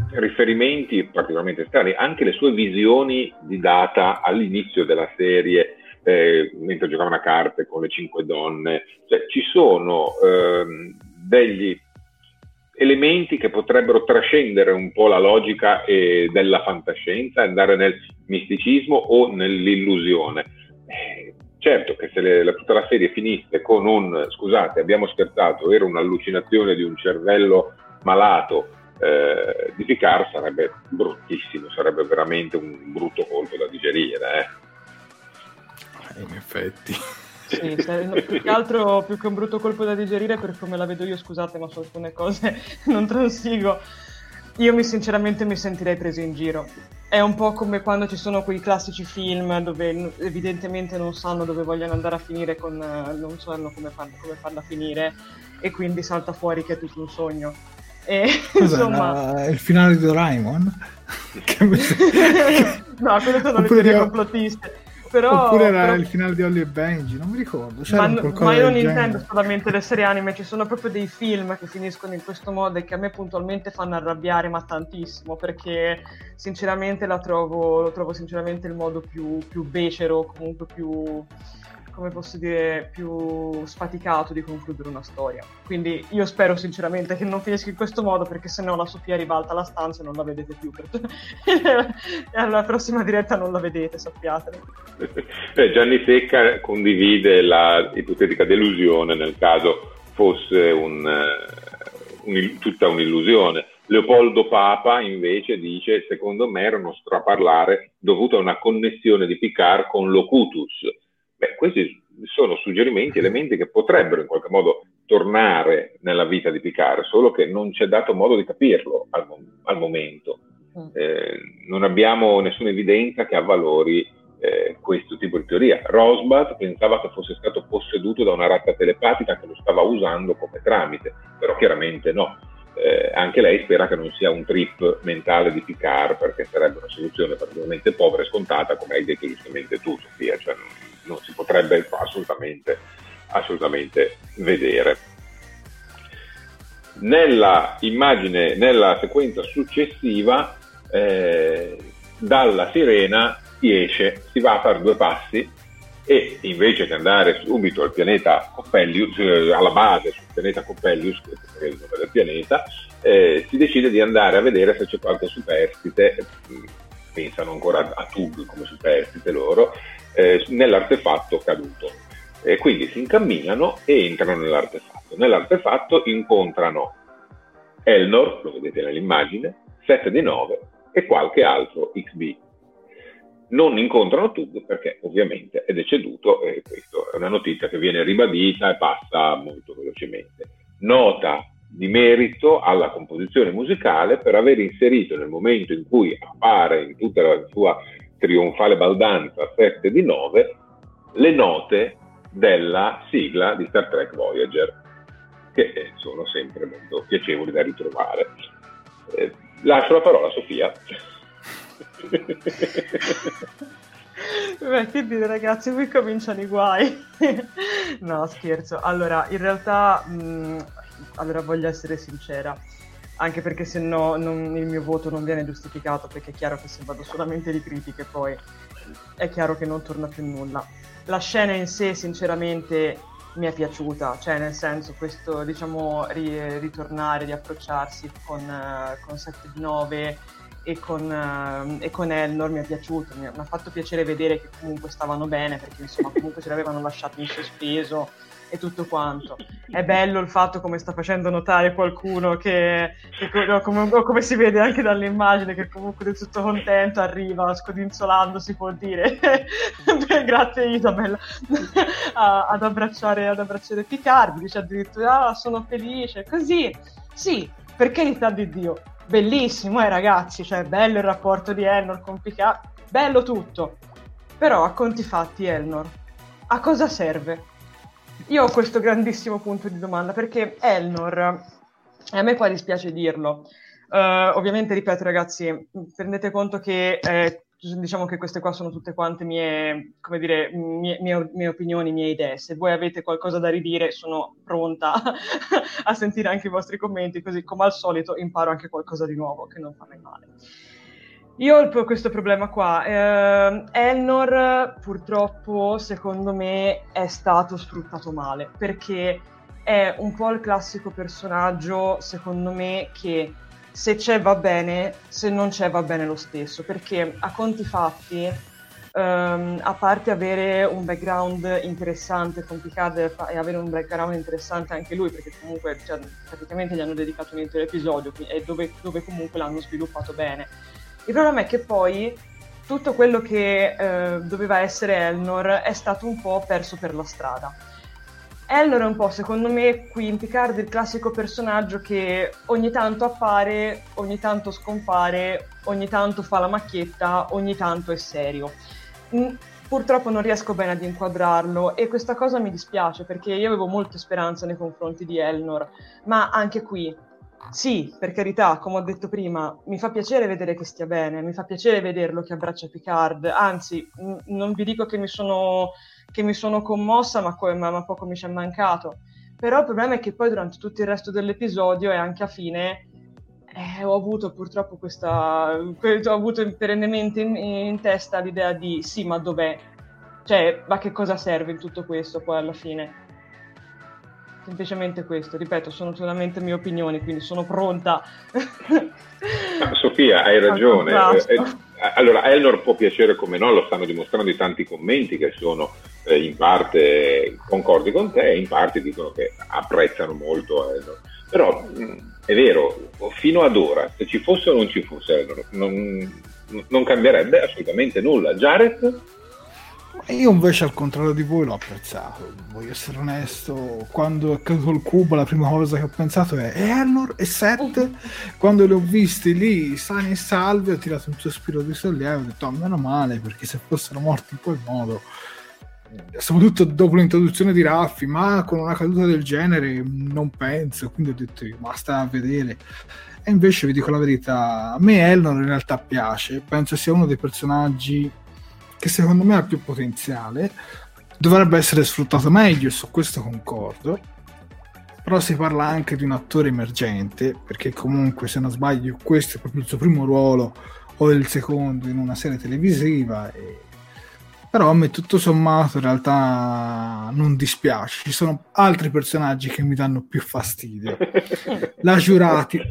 riferimenti particolarmente strani, anche le sue visioni di Data all'inizio della serie, eh, mentre giocavano a carte con le cinque donne, cioè ci sono ehm, degli elementi che potrebbero trascendere un po' la logica eh, della fantascienza, andare nel misticismo o nell'illusione. Eh, certo che se le, la, tutta la serie finisse con un scusate, abbiamo scherzato, era un'allucinazione di un cervello malato eh, di Picard, sarebbe bruttissimo, sarebbe veramente un brutto colpo da digerire. Eh. In effetti. Sì, no, più che altro, più che un brutto colpo da digerire, per come la vedo io, scusate, ma su alcune cose non transigo. Io mi sinceramente mi sentirei preso in giro. È un po' come quando ci sono quei classici film dove evidentemente non sanno dove vogliono andare a finire, con non sanno come, fanno, come farla finire, e quindi salta fuori che è tutto un sogno. E, insomma, la, il finale di Doraemon? No, quello sono le teorie complottiste. Però, oppure era però... il finale di Holly e Benji, non mi ricordo. Ma, ma io non intendo solamente le serie anime, ci sono proprio dei film che finiscono in questo modo e che a me puntualmente fanno arrabbiare, ma tantissimo, perché sinceramente la trovo, lo trovo sinceramente il modo più, più becero, comunque più, come posso dire, più sfaticato di concludere una storia. Quindi io spero sinceramente che non finisca in questo modo, perché sennò la Sofia ribalta la stanza e non la vedete più. Per... e alla prossima diretta non la vedete, sappiatelo. Eh, Gianni Secca condivide la ipotetica delusione nel caso fosse un, un, tutta un'illusione. Leopoldo Papa invece dice: secondo me era uno straparlare dovuto a una connessione di Picard con Locutus. Beh, questi sono suggerimenti, elementi che potrebbero in qualche modo tornare nella vita di Picard, solo che non c'è dato modo di capirlo al, al momento. Eh, non abbiamo nessuna evidenza che avvalori eh, questo tipo di teoria. Rosbath pensava che fosse stato posseduto da una razza telepatica che lo stava usando come tramite, però chiaramente no. Eh, anche lei spera che non sia un trip mentale di Picard, perché sarebbe una soluzione particolarmente povera e scontata, come hai detto giustamente tu, Sofia, cioè non, non si potrebbe assolutamente, assolutamente vedere. Nella immagine, nella sequenza successiva, eh, dalla sirena si esce, si va a fare due passi e invece di andare subito al pianeta Coppelius, eh, alla base sul pianeta Coppelius, che è il nome del pianeta, eh, si decide di andare a vedere se c'è qualche superstite, pensano ancora a Tug come superstite loro, eh, nell'artefatto caduto. E quindi si incamminano e entrano nell'artefatto. Nell'artefatto incontrano Elnor, lo vedete nell'immagine, sette di nove e qualche altro X B. Non incontrano Tug perché ovviamente è deceduto, e questa è una notizia che viene ribadita e passa molto velocemente. Nota di merito alla composizione musicale per aver inserito nel momento in cui appare in tutta la sua trionfale baldanza sette di nove le note della sigla di Star Trek Voyager, che sono sempre molto piacevoli da ritrovare. Eh, lascio la parola a Sofia. Beh, che dire, ragazzi, qui cominciano i guai. No, scherzo. Allora, in realtà mh, allora voglio essere sincera, anche perché se no non, il mio voto non viene giustificato, perché è chiaro che se vado solamente di critiche poi è chiaro che non torna più nulla. La scena in sé sinceramente mi è piaciuta, cioè nel senso questo, diciamo, ri- ritornare, riapprocciarsi con, uh, con sette di nove e con, uh, e con Elnor mi è piaciuto, mi ha fatto piacere vedere che comunque stavano bene, perché insomma comunque ce l'avevano lasciato in sospeso e tutto quanto. È bello il fatto, come sta facendo notare qualcuno, che, che o, come, o come si vede anche dall'immagine, che comunque del tutto contento arriva scodinzolando, si può dire, grazie Isabel, a, ad abbracciare ad abbracciare Picard, dice addirittura ah, sono felice, così, sì, per carità di Dio, bellissimo eh ragazzi, cioè bello il rapporto di Elnor con Picard, bello tutto, però a conti fatti Elnor, a cosa serve? Io ho questo grandissimo punto di domanda, perché Elnor, e a me qua dispiace dirlo, uh, ovviamente ripeto ragazzi, prendete conto che eh, diciamo che queste qua sono tutte quante mie, come dire, mie, mie, mie opinioni, mie idee. Se voi avete qualcosa da ridire, sono pronta a sentire anche i vostri commenti, così come al solito imparo anche qualcosa di nuovo, che non fa mai male. Io ho questo problema qua. Eh, Elnor, purtroppo, secondo me, è stato sfruttato male, perché è un po' il classico personaggio, secondo me, che se c'è va bene, se non c'è va bene lo stesso, perché a conti fatti, um, a parte avere un background interessante con Picard e avere un background interessante anche lui, perché comunque cioè, praticamente gli hanno dedicato un intero episodio e dove, dove comunque l'hanno sviluppato bene. Il problema è che poi tutto quello che uh, doveva essere Elnor è stato un po' perso per la strada. Elnor è un po', secondo me, qui in Picard il classico personaggio che ogni tanto appare, ogni tanto scompare, ogni tanto fa la macchietta, ogni tanto è serio. Mm, purtroppo non riesco bene ad inquadrarlo e questa cosa mi dispiace perché io avevo molte speranze nei confronti di Elnor, ma anche qui, sì, per carità, come ho detto prima, mi fa piacere vedere che stia bene, mi fa piacere vederlo che abbraccia Picard, anzi, m- non vi dico che mi sono... che mi sono commossa, ma, co- ma, ma poco mi ci è mancato. Però il problema è che poi durante tutto il resto dell'episodio e anche a fine eh, ho avuto purtroppo questa... ho avuto perennemente in, in testa l'idea di sì, ma dov'è? Cioè, ma che cosa serve in tutto questo poi alla fine? Semplicemente questo, ripeto, sono solamente mie opinioni, quindi sono pronta. No, Sofia, hai ragione. Eh, eh, allora, Elnor può piacere come no, lo stanno dimostrando i tanti commenti che sono eh, in parte concordi con te e in parte dicono che apprezzano molto Elnor. Però mh, è vero, fino ad ora, se ci fosse o non ci fosse Elnor, non, non cambierebbe assolutamente nulla. Jared? Io invece al contrario di voi l'ho apprezzato, voglio essere onesto. Quando è caduto il cubo la prima cosa che ho pensato è e Elnor e Seth. Quando li ho visti lì sani e salvi ho tirato un sospiro di sollievo e ho detto oh, meno male, perché se fossero morti in quel modo, soprattutto dopo l'introduzione di Raffi, ma con una caduta del genere non penso, quindi ho detto ma stai a vedere. E invece vi dico la verità, a me Elnor in realtà piace, penso sia uno dei personaggi che secondo me ha più potenziale, dovrebbe essere sfruttato meglio e su questo concordo, però si parla anche di un attore emergente, perché comunque se non sbaglio questo è proprio il suo primo ruolo o il secondo in una serie televisiva, e... però a me tutto sommato in realtà non dispiace. Ci sono altri personaggi che mi danno più fastidio, la Giurati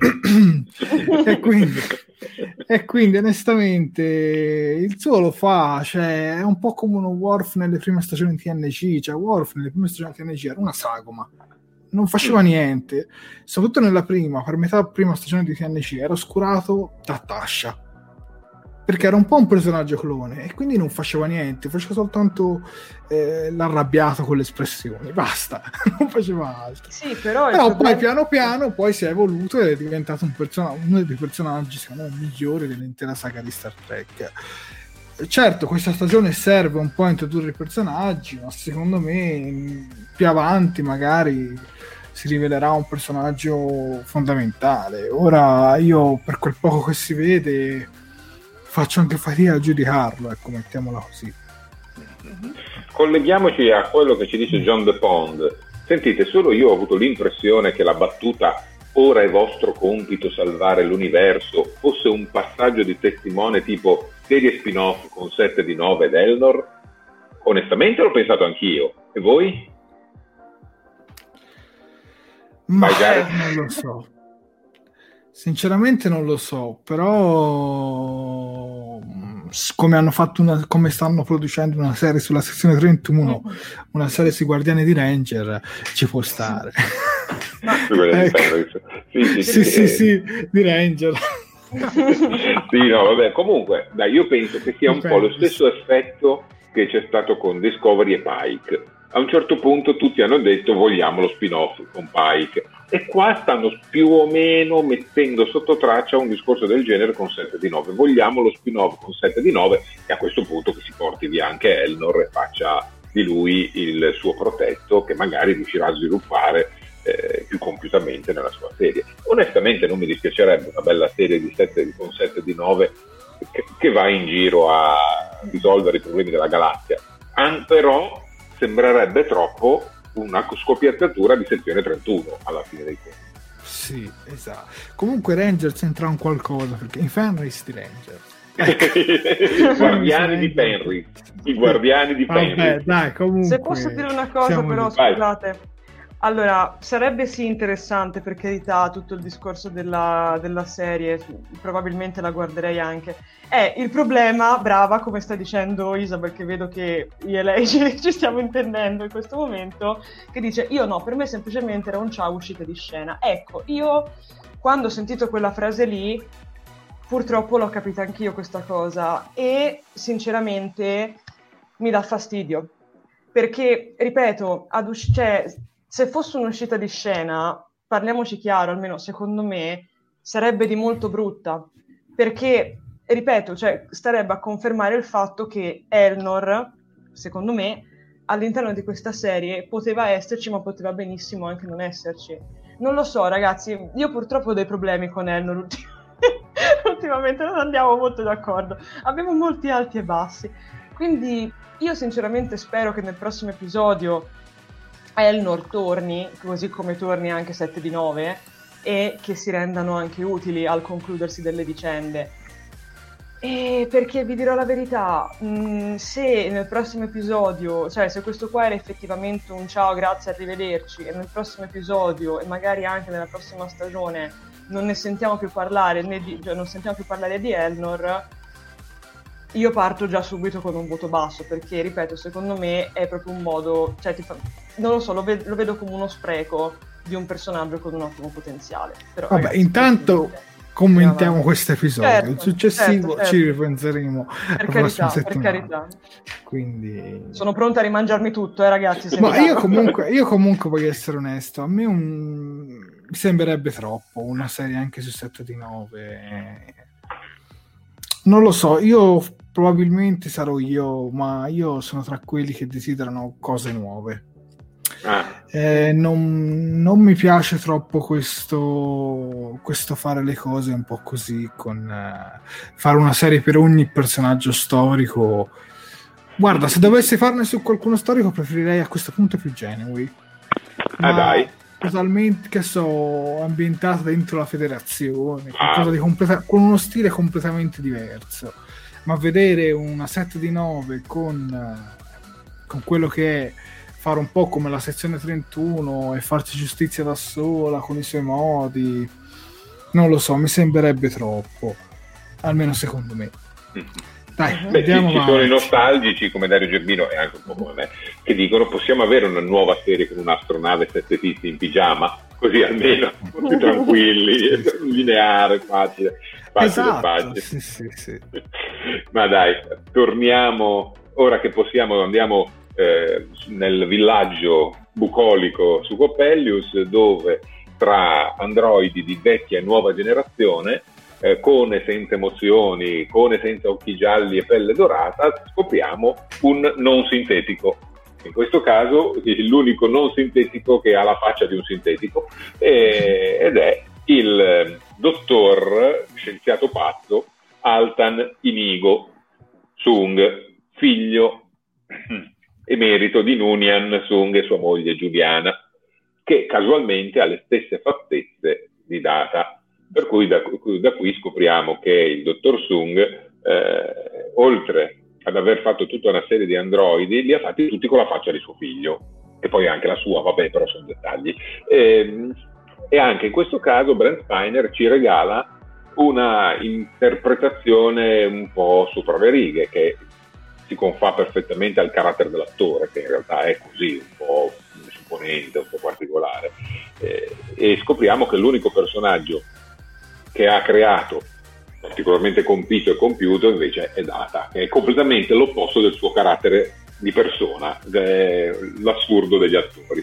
e quindi e quindi onestamente il suo lo fa, cioè è un po' come uno Worf nelle prime stagioni di T N G, cioè Worf nelle prime stagioni di T N G era una sagoma, non faceva niente, soprattutto nella prima, per metà prima stagione di T N G era oscurato da Tasha, perché era un po' un personaggio clone e quindi non faceva niente, faceva soltanto eh, l'arrabbiato con le espressioni, basta, non faceva altro. Sì, però però problema... poi piano piano poi si è evoluto ed è diventato un person- uno dei personaggi secondo me migliori dell'intera saga di Star Trek. Certo, questa stagione serve un po' a introdurre i personaggi, ma secondo me più avanti magari si rivelerà un personaggio fondamentale. Ora io per quel poco che si vede faccio anche fatica a giudicarlo, ecco, mettiamola così. Colleghiamoci a quello che ci dice John De Pond. Sentite, solo io ho avuto l'impressione che la battuta ora è vostro compito salvare l'universo fosse un passaggio di testimone tipo serie spin-off con sette di nove ed Elnor. Onestamente l'ho pensato anch'io. E voi? Ma non lo so. Sinceramente non lo so, però come hanno fatto una, come stanno producendo una serie sulla sezione trentuno, una serie sui Guardiani di Ranger, ci può stare. Ecco. Sì, sì, sì, sì, sì, di Ranger. Sì, no, vabbè, comunque, dai, io penso che sia un po' lo stesso effetto che c'è stato con Discovery e Pike. A un certo punto tutti hanno detto vogliamo lo spin-off con Pike, e qua stanno più o meno mettendo sotto traccia un discorso del genere con sette di nove. Vogliamo lo spin-off con sette di nove e a questo punto che si porti via anche Elnor e faccia di lui il suo protetto che magari riuscirà a sviluppare eh, più compiutamente nella sua serie. Onestamente non mi dispiacerebbe una bella serie di sette, con sette di nove che, che va in giro a risolvere i problemi della galassia. An- però sembrerebbe troppo una scoppiattatura di sezione trentuno alla fine dei conti. Sì, esatto. Comunque Rangers entra un qualcosa, perché in Fenris di Rangers. I guardiani di Fenris. I guardiani di Vabbè, Fenris. dai, comunque, se posso dire una cosa però, lì. scusate. Allora, sarebbe sì interessante, per carità, tutto il discorso della, della serie, probabilmente la guarderei anche. È il problema, brava, come sta dicendo Isabel, che vedo che io e lei ci, ci stiamo intendendo in questo momento, che dice, io no, per me semplicemente era un ciao uscita di scena. Ecco, io quando ho sentito quella frase lì, purtroppo l'ho capita anch'io questa cosa, e sinceramente mi dà fastidio. Perché, ripeto, ad usci- cioè, se fosse un'uscita di scena, parliamoci chiaro, almeno secondo me, sarebbe di molto brutta, perché, ripeto, cioè, starebbe a confermare il fatto che Elnor, secondo me, all'interno di questa serie poteva esserci, ma poteva benissimo anche non esserci. Non lo so, ragazzi, io purtroppo ho dei problemi con Elnor ultimamente, ultimamente non andiamo molto d'accordo, abbiamo molti alti e bassi, quindi io sinceramente spero che nel prossimo episodio Elnor torni, così come torni anche sette di nove, e che si rendano anche utili al concludersi delle vicende. E perché vi dirò la verità, mh, se nel prossimo episodio, cioè se questo qua era effettivamente un ciao, grazie, arrivederci, e nel prossimo episodio, e magari anche nella prossima stagione, non ne sentiamo più parlare, né di, cioè non sentiamo più parlare di Elnor, io parto già subito con un voto basso, perché, ripeto, secondo me è proprio un modo, cioè ti fa, non lo so, lo, ved- lo vedo come uno spreco di un personaggio con un ottimo potenziale. Però, vabbè, ragazzi, intanto commentiamo questo episodio, certo, il successivo certo, certo. ci ripenseremo per la carità, prossima per settimana. carità. Quindi Sono pronta a rimangiarmi tutto, eh ragazzi. Se ma mi io dà. comunque, io comunque voglio essere onesto, a me un... mi sembrerebbe troppo una serie anche su sette di nove. Non lo so, io probabilmente sarò io, ma io sono tra quelli che desiderano cose nuove. Ah. Eh, non, non mi piace troppo questo, questo fare le cose un po' così, con eh, fare una serie per ogni personaggio storico. Guarda, se dovessi farne su qualcuno storico preferirei a questo punto più Genui. Ah, dai. Totalmente, che so, ambientato dentro la federazione, qualcosa di completa- con uno stile completamente diverso. Ma vedere una sette di nove con, con quello che è fare un po' come la sezione trentuno e farci giustizia da sola con i suoi modi, non lo so, mi sembrerebbe troppo, almeno secondo me. Dai, beh, ci, andiamo ci sono i nostalgici come Dario Gerbino e anche un po' come me che dicono possiamo avere una nuova serie con un'astronave e sette tizi in pigiama, così almeno più tranquilli, lineare, facile, facile, esatto, facile. Sì, sì, sì. Ma dai, torniamo ora che possiamo, andiamo eh, nel villaggio bucolico su Coppelius, dove tra androidi di vecchia e nuova generazione, Eh, con e senza emozioni, con e senza occhi gialli e pelle dorata, scopriamo un non sintetico. In questo caso l'unico non sintetico che ha la faccia di un sintetico, eh, ed è il dottor scienziato pazzo Altan Inigo Sung, figlio emerito di Nunian Sung e sua moglie Giuliana, che casualmente ha le stesse fattezze di Data. Per cui da, da qui scopriamo che il dottor Sung, eh, oltre ad aver fatto tutta una serie di androidi, li ha fatti tutti con la faccia di suo figlio, e poi anche la sua, vabbè, però sono dettagli. E, e anche in questo caso Brent Spiner ci regala una interpretazione un po' sopra le righe, che si confà perfettamente al carattere dell'attore, che in realtà è così, un po' supponente, un po' particolare. E, e scopriamo che l'unico personaggio che ha creato particolarmente compito e compiuto invece è Data, che è completamente l'opposto del suo carattere di persona, l'assurdo degli attori.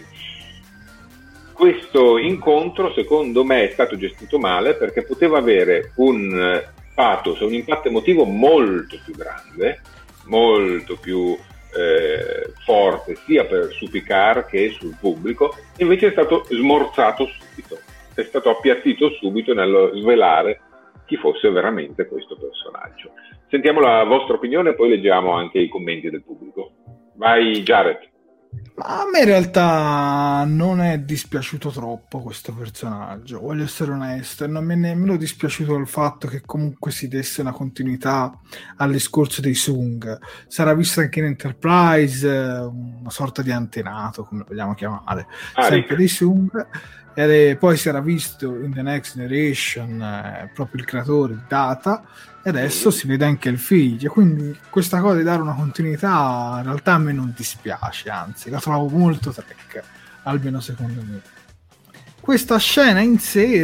Questo incontro secondo me è stato gestito male, perché poteva avere un pathos, un impatto emotivo molto più grande, molto più eh, forte sia per su Picard che sul pubblico, invece è stato smorzato subito. È stato appiattito subito nello svelare chi fosse veramente questo personaggio. Sentiamo la vostra opinione e poi leggiamo anche i commenti del pubblico. Vai Jared. Ma a me in realtà non è dispiaciuto troppo questo personaggio, voglio essere onesto, e non mi è nemmeno dispiaciuto il fatto che comunque si desse una continuità al discorso dei Sung. Sarà visto anche in Enterprise, una sorta di antenato, come lo vogliamo chiamare, ah, sempre Rick. Dei Sung, e poi si era visto in The Next Generation eh, proprio il creatore, il Data, e adesso si vede anche il figlio, quindi questa cosa di dare una continuità in realtà a me non dispiace, anzi la trovo molto Trek, almeno secondo me. Questa scena in sé in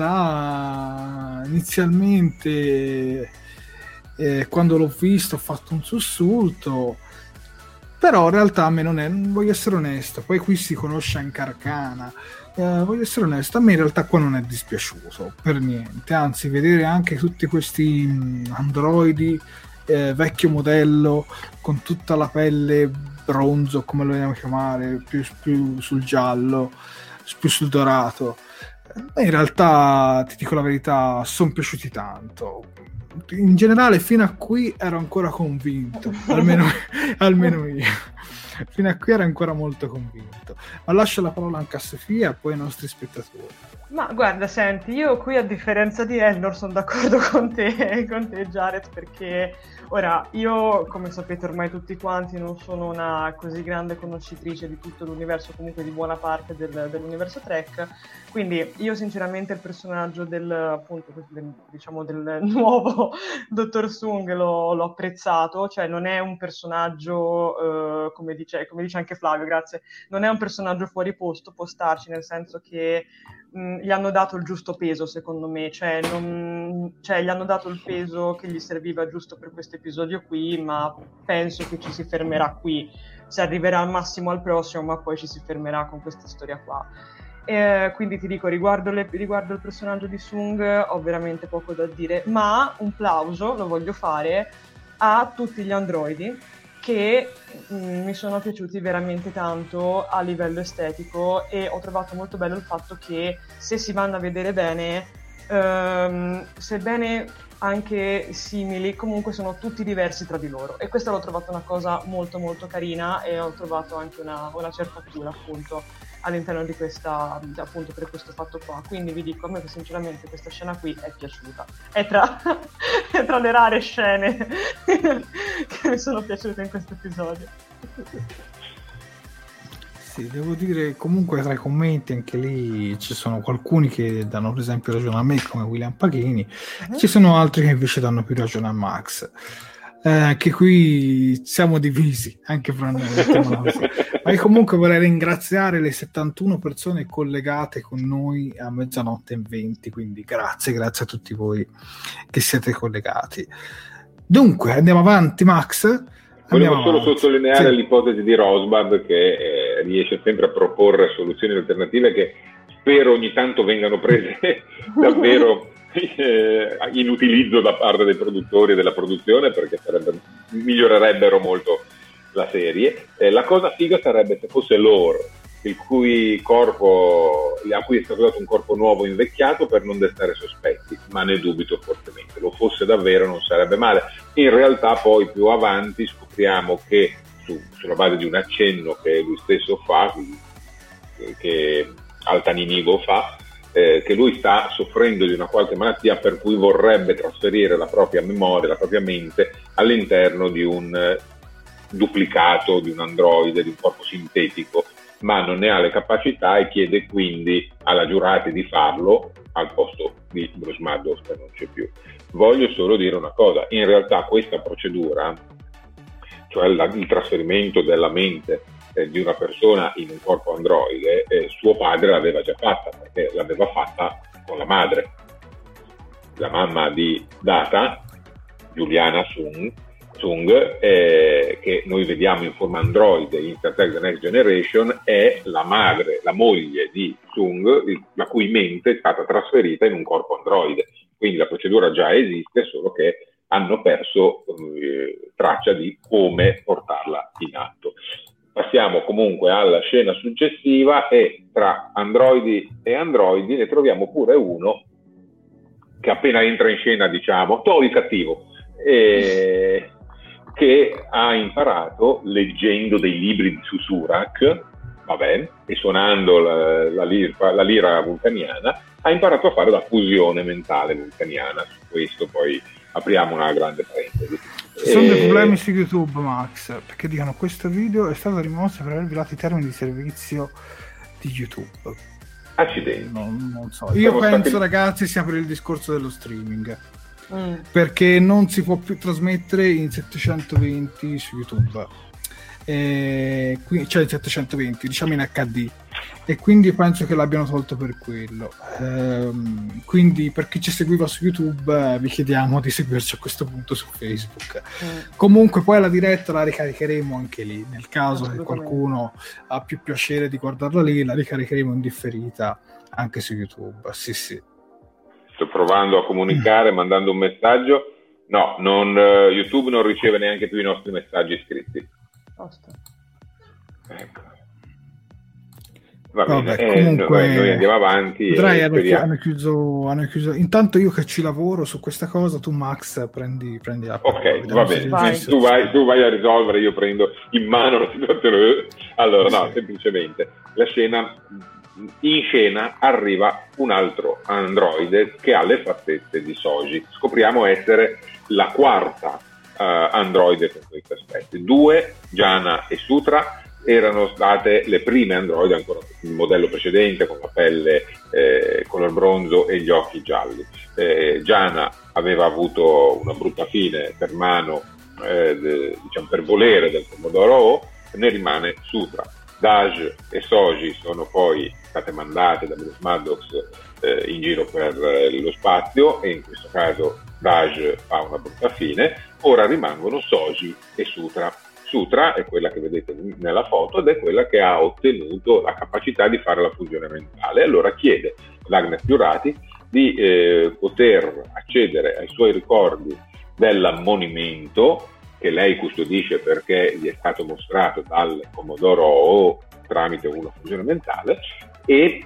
realtà inizialmente eh, quando l'ho visto ho fatto un sussulto, però in realtà a me non è, voglio essere onesto, poi qui si conosce anche Arcana. Uh, voglio essere onesto, a me in realtà qua non è dispiaciuto per niente, anzi vedere anche tutti questi mh, androidi eh, vecchio modello con tutta la pelle bronzo, come lo vogliamo chiamare, più, più sul giallo, più sul dorato, in realtà ti dico la verità, sono piaciuti tanto. In generale fino a qui ero ancora convinto, almeno, almeno io fino a qui ero ancora molto convinto, ma lascio la parola anche a Sofia e poi ai nostri spettatori. Ma guarda, senti, io qui a differenza di Elnor sono d'accordo con te, con te Jared, perché ora io, come sapete ormai tutti quanti, non sono una così grande conoscitrice di tutto l'universo, comunque di buona parte del, dell'universo Trek, quindi io sinceramente il personaggio del, appunto, del, diciamo del nuovo Dottor Sung l'ho, l'ho apprezzato, cioè non è un personaggio, eh, come dice, come dice anche Flavio, grazie, non è un personaggio fuori posto, può starci, nel senso che mh, gli hanno dato il giusto peso, secondo me, cioè, non, cioè gli hanno dato il peso che gli serviva giusto per questo episodio qui, ma penso che ci si fermerà qui, si arriverà al massimo al prossimo, ma poi ci si fermerà con questa storia qua. Eh, quindi ti dico, riguardo, le, riguardo il personaggio di Sung ho veramente poco da dire, ma un plauso lo voglio fare a tutti gli androidi che mh, mi sono piaciuti veramente tanto a livello estetico, e ho trovato molto bello il fatto che, se si vanno a vedere bene, ehm, sebbene anche simili, comunque sono tutti diversi tra di loro, e questa l'ho trovata una cosa molto molto carina, e ho trovato anche una, una certa cura appunto all'interno di questa, appunto per questo fatto qua. Quindi vi dico, a me sinceramente questa scena qui è piaciuta, è tra, è tra le rare scene che mi sono piaciute in questo episodio. Sì, devo dire, comunque tra i commenti anche lì ci sono alcuni che danno per esempio ragione a me, come William Pachini, uh-huh. Ci sono altri che invece danno più ragione a Max. Eh, che qui siamo divisi anche fra noi, ma io comunque vorrei ringraziare le settantuno persone collegate con noi a mezzanotte e venti, quindi grazie, grazie a tutti voi che siete collegati. Dunque andiamo avanti, Max. Volevo andiamo solo avanti. sottolineare Sì. l'ipotesi di Rosbud, che eh, riesce sempre a proporre soluzioni alternative che spero ogni tanto vengano prese davvero Eh, in utilizzo da parte dei produttori e della produzione, perché sarebbe, migliorerebbero molto la serie. Eh, la cosa figa sarebbe se fosse Lore, il cui corpo, a cui è stato dato un corpo nuovo invecchiato per non destare sospetti, ma ne dubito fortemente. Lo fosse davvero non sarebbe male. In realtà poi più avanti scopriamo che su, sulla base di un accenno che lui stesso fa, che Altaninigo fa, Eh, che lui sta soffrendo di una qualche malattia per cui vorrebbe trasferire la propria memoria, la propria mente all'interno di un eh, duplicato, di un androide, di un corpo sintetico, ma non ne ha le capacità e chiede quindi alla Jurati di farlo al posto di Bruce Maddox, che non c'è più. Voglio solo dire una cosa, in realtà questa procedura, cioè la, il trasferimento della mente di una persona in un corpo androide, eh, suo padre l'aveva già fatta, perché l'aveva fatta con la madre. La mamma di Data, Juliana Sung, Sung eh, che noi vediamo in forma androide in Star Trek The Next Generation, è la madre, la moglie di Sung, la cui mente è stata trasferita in un corpo androide. Quindi la procedura già esiste, solo che hanno perso eh, traccia di come portarla in atto. Passiamo comunque alla scena successiva, e tra androidi e androidi ne troviamo pure uno che appena entra in scena, diciamo, Toby cattivo, eh, che ha imparato leggendo dei libri di Susurak, vabbè, e suonando la, la, lira, la lira vulcaniana, ha imparato a fare la fusione mentale vulcaniana. Su questo poi apriamo una grande parentesi. Ci sono e... dei problemi su YouTube, Max, perché dicono questo video è stato rimosso per aver violato i termini di servizio di YouTube. Accidenti. Non, non so. Io Siamo penso, stati... ragazzi, sia per il discorso dello streaming. Mm. Perché non si può più trasmettere in settecentoventi su YouTube. E qui, cioè in settecentoventi, diciamo in acca di, e quindi penso che l'abbiano tolto per quello. Ehm, quindi per chi ci seguiva su YouTube, eh, vi chiediamo di seguirci a questo punto su Facebook. Mm. Comunque poi la diretta la ricaricheremo anche lì, nel caso che qualcuno ha più piacere di guardarla lì, la ricaricheremo in differita anche su YouTube. Sì, sì. Sto provando a comunicare, mm. mandando un messaggio. No, non, uh, YouTube non riceve neanche più i nostri messaggi scritti. Ecco. Va bene. Vabbè, eh, comunque noi, noi andiamo avanti. Dai, e hanno, chi- hanno, chiuso, hanno chiuso. Intanto io che ci lavoro su questa cosa, tu Max prendi, prendi la parola. Ok, va bene. Vai. Tu, vai, tu vai a risolvere, io prendo in mano la situazione. Allora, no, sì. semplicemente la scena. In scena arriva un altro androide che ha le fattezze di Soji. Scopriamo essere la quarta Uh, androide con questi aspetti. Due, Jana e Sutra, erano state le prime androide, ancora il modello precedente, con la pelle eh, color bronzo e gli occhi gialli. Eh, Jana aveva avuto una brutta fine per mano, eh, de, diciamo per volere del Commodoro O, ne rimane Sutra. Daj e Soji sono poi state mandate da Bruce Maddox eh, in giro per eh, lo spazio, e in questo caso Daj fa una brutta fine. Ora rimangono Soji e Sutra. Sutra è quella che vedete nella foto ed è quella che ha ottenuto la capacità di fare la fusione mentale. Allora chiede ad Agnes Jurati di eh, poter accedere ai suoi ricordi dell'ammonimento che lei custodisce perché gli è stato mostrato dal Commodoro O tramite una fusione mentale, e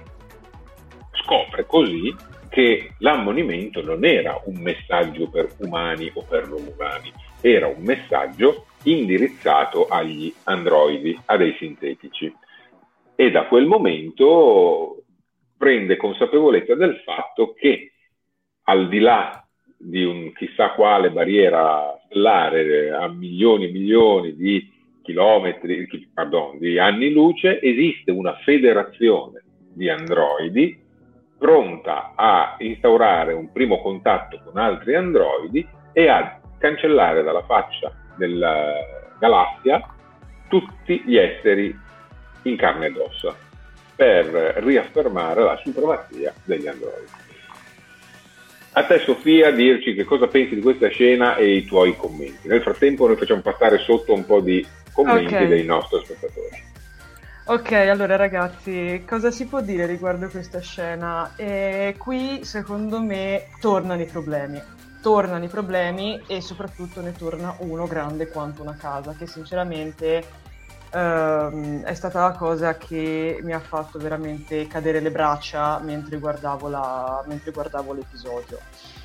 scopre così che l'ammonimento non era un messaggio per umani o per non umani, era un messaggio indirizzato agli androidi, a dei sintetici. E da quel momento prende consapevolezza del fatto che, al di là di un chissà quale barriera stellare a milioni e milioni di chilometri, pardon, di anni luce, esiste una federazione di androidi pronta a instaurare un primo contatto con altri androidi e a cancellare dalla faccia della galassia tutti gli esseri in carne ed ossa, per riaffermare la supremazia degli androidi. A te, Sofia, dirci che cosa pensi di questa scena e i tuoi commenti. Nel frattempo noi facciamo passare sotto un po' di commenti okay. dei nostri spettatori. Ok, allora ragazzi, cosa si può dire riguardo questa scena? E qui secondo me tornano i problemi, tornano i problemi e soprattutto ne torna uno grande quanto una casa, che sinceramente ehm, è stata la cosa che mi ha fatto veramente cadere le braccia mentre guardavo, la, mentre guardavo l'episodio.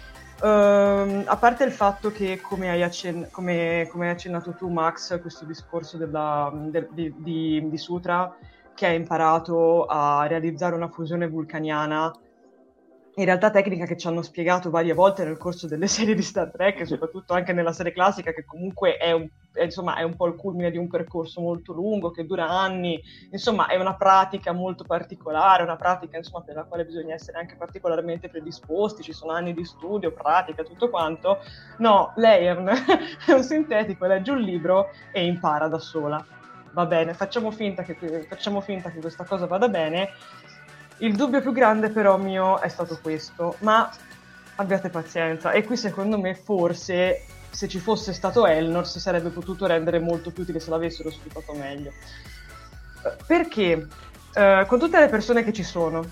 Uh, a parte il fatto che, come hai, accen- come, come hai accennato tu, Max, questo discorso della, de- di, di, di Sutra, che ha imparato a realizzare una fusione vulcaniana, in realtà tecnica che ci hanno spiegato varie volte nel corso delle serie di Star Trek, e soprattutto anche nella serie classica, che comunque è un, è, insomma, è un po' il culmine di un percorso molto lungo, che dura anni, insomma è una pratica molto particolare, una pratica insomma per la quale bisogna essere anche particolarmente predisposti, ci sono anni di studio, pratica, tutto quanto. No, lei è un, è un sintetico, legge un libro e impara da sola. Va bene, facciamo finta che, facciamo finta che questa cosa vada bene. Il dubbio più grande però mio è stato questo, ma abbiate pazienza, e qui secondo me forse se ci fosse stato Elnor si sarebbe potuto rendere molto più utile se l'avessero sfruttato meglio. Perché eh, con tutte le persone che ci sono,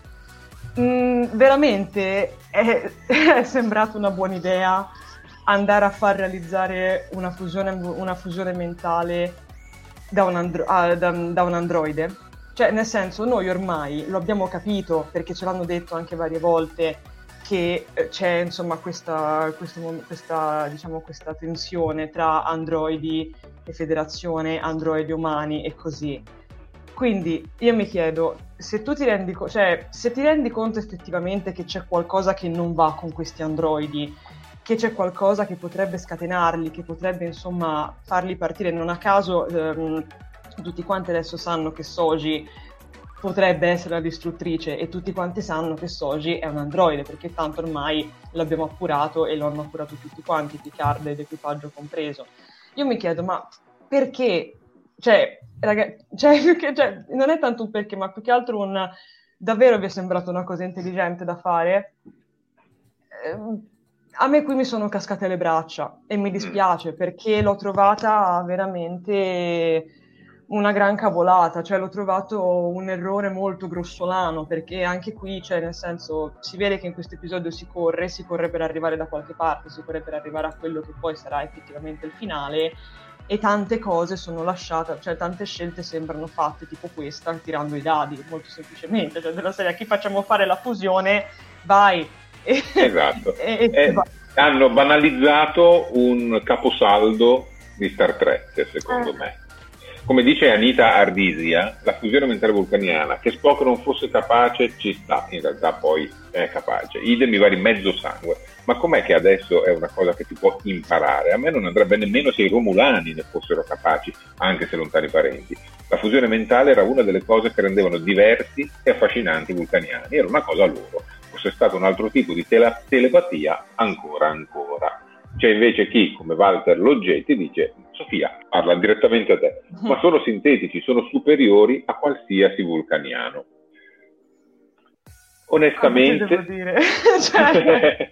mh, veramente è, è sembrata una buona idea andare a far realizzare una fusione, una fusione mentale da un, andro- ah, da, da un androide? Cioè, nel senso, noi ormai lo abbiamo capito, perché ce l'hanno detto anche varie volte, che c'è insomma questa, questo, questa, diciamo, questa tensione tra androidi e federazione, androidi umani e così. Quindi io mi chiedo, se tu ti rendi, co- cioè, se ti rendi conto effettivamente che c'è qualcosa che non va con questi androidi, che c'è qualcosa che potrebbe scatenarli, che potrebbe insomma farli partire, non a caso ehm, tutti quanti adesso sanno che Soji potrebbe essere la distruttrice e tutti quanti sanno che Soji è un androide, perché tanto ormai l'abbiamo appurato e lo hanno appurato tutti quanti, Picard ed equipaggio compreso. Io mi chiedo, ma perché? Cioè, ragazzi, cioè, cioè, non è tanto un perché, ma più che altro un... Davvero vi è sembrato una cosa intelligente da fare? Eh, a me qui mi sono cascate le braccia e mi dispiace, perché l'ho trovata veramente una gran cavolata, cioè l'ho trovato un errore molto grossolano, perché anche qui, cioè nel senso, si vede che in questo episodio si corre, si corre per arrivare da qualche parte, si corre per arrivare a quello che poi sarà effettivamente il finale, e tante cose sono lasciate, cioè tante scelte sembrano fatte, tipo questa, tirando i dadi, molto semplicemente, cioè della serie, a chi facciamo fare la fusione, vai! Esatto. e, e, vai. Hanno banalizzato un caposaldo di Star Trek, secondo eh. me. Come dice Anita Ardisia, la fusione mentale vulcaniana, che Spock non fosse capace ci sta, in realtà poi è capace. Idem mi va di mezzo sangue. Ma com'è che adesso è una cosa che si può imparare? A me non andrebbe nemmeno se i Romulani ne fossero capaci, anche se lontani parenti. La fusione mentale era una delle cose che rendevano diversi e affascinanti i vulcaniani. Era una cosa loro. Fosse stato un altro tipo di tele- telepatia, ancora ancora. C'è invece chi, come Walter Loggetti, dice: Sofia, parla direttamente a te, ma sono sintetici, sono superiori a qualsiasi vulcaniano. Onestamente, devo dire? cioè...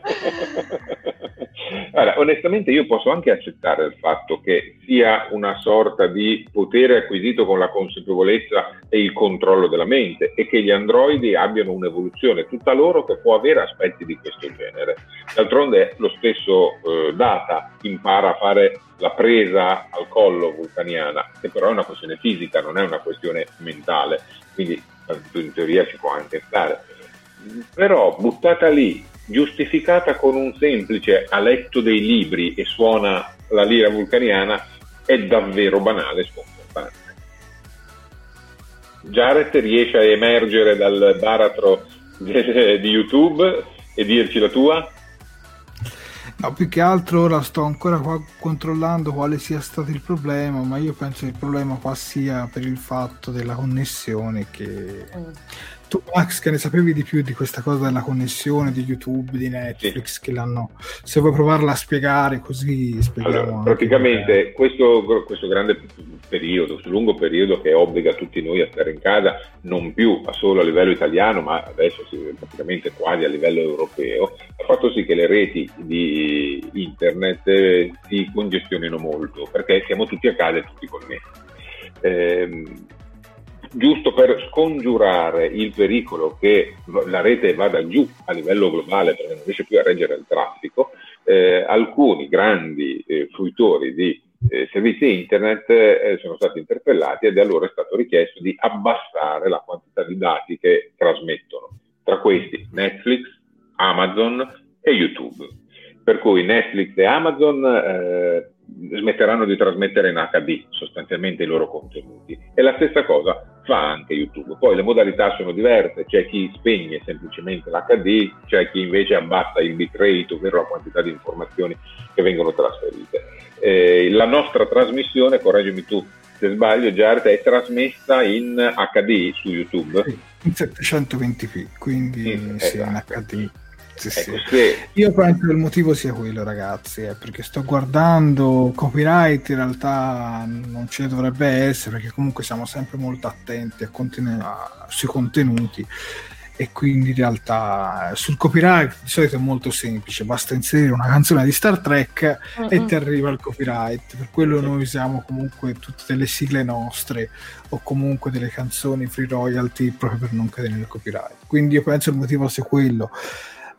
allora, onestamente io posso anche accettare il fatto che sia una sorta di potere acquisito con la consapevolezza e il controllo della mente, e che gli androidi abbiano un'evoluzione tutta loro che può avere aspetti di questo genere. D'altronde lo stesso eh, Data impara a fare la presa al collo vulcaniana, che però è una questione fisica, non è una questione mentale, quindi in teoria ci può anche stare. Però buttata lì, giustificata con un semplice "ha letto dei libri e suona la lira vulcaniana", è davvero banale e sconfortante. Jared riesce a emergere dal baratro di YouTube e dirci la tua? No, più che altro ora sto ancora qua controllando quale sia stato il problema, ma io penso che il problema qua sia per il fatto della connessione, che mm. tu, Max, che ne sapevi di più di questa cosa della connessione di YouTube, di Netflix, sì, che l'hanno, se vuoi provarla a spiegare così spieghiamo. Allora, praticamente questo, questo grande periodo, questo lungo periodo che obbliga tutti noi a stare in casa, non più solo a livello italiano, ma adesso praticamente quasi a livello europeo, ha fatto sì che le reti di internet eh, si congestionino molto, perché siamo tutti a casa e tutti connessi. Eh, giusto per scongiurare il pericolo che la rete vada giù a livello globale perché non riesce più a reggere il traffico, eh, alcuni grandi eh, fruitori di eh, servizi internet eh, sono stati interpellati ed allora è stato richiesto di abbassare la quantità di dati che trasmettono. Tra questi Netflix, Amazon e YouTube. Per cui Netflix e Amazon eh, smetteranno di trasmettere in acca di sostanzialmente i loro contenuti, e la stessa cosa fa anche YouTube. Poi le modalità sono diverse, c'è chi spegne semplicemente l'acca di, c'è chi invece abbassa il bitrate, ovvero la quantità di informazioni che vengono trasferite. Eh, la nostra trasmissione, correggimi tu se sbaglio, Jared, è trasmessa in acca di su YouTube? Sì, in settecentoventi p, quindi mm, sì, esatto. in acca di. Sì, ecco, sì. Se... Io penso che il motivo sia quello, ragazzi, eh, perché sto guardando copyright, in realtà non ce ne dovrebbe essere, perché comunque siamo sempre molto attenti a continu- a, sui contenuti, e quindi in realtà sul copyright di solito è molto semplice, basta inserire una canzone di Star Trek mm-hmm. e ti arriva il copyright. Per quello noi usiamo comunque tutte delle sigle nostre o comunque delle canzoni free royalty proprio per non cadere nel copyright, quindi io penso il motivo sia quello.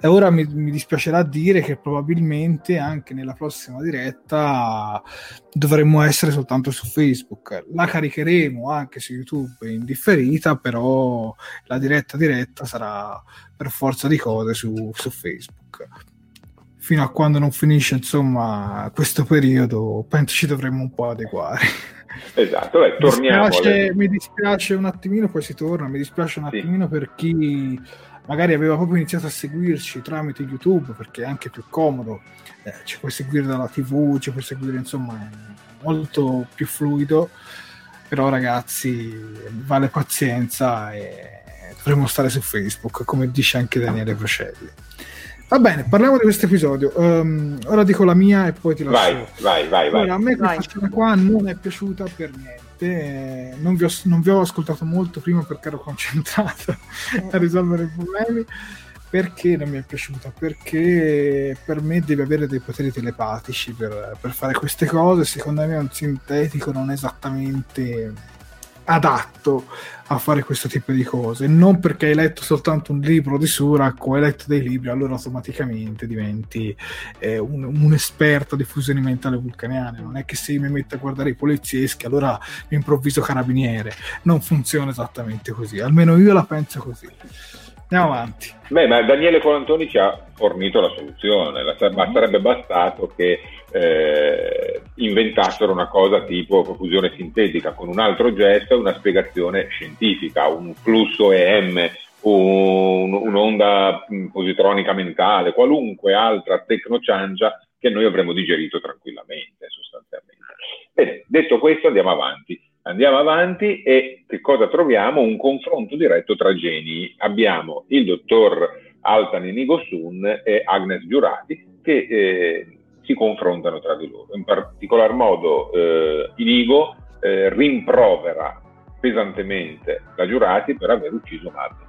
E ora mi, mi dispiacerà dire che probabilmente anche nella prossima diretta dovremmo essere soltanto su Facebook. La caricheremo anche su YouTube in differita, però la diretta diretta sarà per forza di cose su, su Facebook. Fino a quando non finisce, insomma, questo periodo, penso ci dovremmo un po' adeguare. Esatto, beh, torniamo. Mi dispiace, mi dispiace un attimino, poi si torna, mi dispiace un attimino sì. per chi magari aveva proprio iniziato a seguirci tramite YouTube, perché è anche più comodo, eh, ci puoi seguire dalla tivù, ci puoi seguire, insomma, molto più fluido, però ragazzi, vale pazienza e dovremmo stare su Facebook, come dice anche Daniele Procelli. Va bene, parliamo di questo episodio. Um, ora dico la mia e poi ti lascio. Vai, vai, vai. vai. Allora, a me vai. questa scena qua non è piaciuta per niente. Eh, non, vi ho, non vi ho ascoltato molto prima perché ero concentrato a risolvere i problemi. Perché non mi è piaciuta? Perché per me devi avere dei poteri telepatici per, per fare queste cose. Secondo me un sintetico non è esattamente adatto a fare questo tipo di cose. Non perché hai letto soltanto un libro di Surak o hai letto dei libri, allora automaticamente diventi eh, un, un esperto di fusioni mentali vulcaniane. Non è che se io mi metto a guardare i polizieschi allora mi improvviso carabiniere. Non funziona esattamente così, almeno io la penso così. Andiamo avanti. Beh, ma Daniele Colantoni ci ha fornito la soluzione. La, ma sarebbe bastato che eh, inventassero una cosa tipo fusione sintetica con un altro gesto e una spiegazione scientifica, un flusso E M, un, un'onda positronica mentale, qualunque altra tecnociangia che noi avremmo digerito tranquillamente, sostanzialmente. Bene, detto questo andiamo avanti. Andiamo avanti e che cosa troviamo? Un confronto diretto tra genii. Abbiamo il dottor Altan Inigo-Sun e Agnes Jurati che eh, si confrontano tra di loro. In particolar modo eh, Inigo eh, rimprovera pesantemente la Jurati per aver ucciso Maddox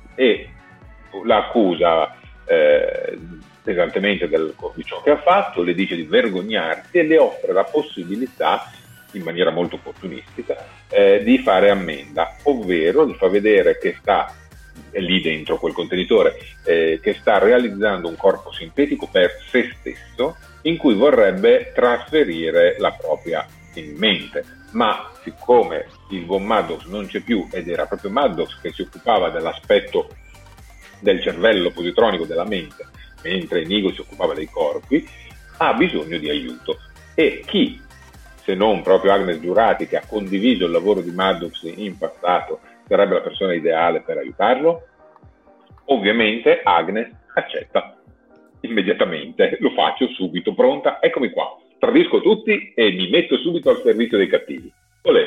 e la accusa eh, pesantemente del, di ciò che ha fatto, le dice di vergognarsi e le offre la possibilità in maniera molto opportunistica, eh, di fare ammenda, ovvero gli fa vedere che sta, è lì dentro quel contenitore, eh, che sta realizzando un corpo sintetico per se stesso, in cui vorrebbe trasferire la propria in mente. Ma siccome il buon Maddox non c'è più, ed era proprio Maddox che si occupava dell'aspetto del cervello positronico della mente, mentre Inigo si occupava dei corpi, ha bisogno di aiuto. E chi, se non proprio Agnes Jurati, che ha condiviso il lavoro di Maddox in passato, sarebbe la persona ideale per aiutarlo? Ovviamente Agnes accetta immediatamente, lo faccio subito, pronta, eccomi qua, tradisco tutti e mi metto subito al servizio dei cattivi. Olè.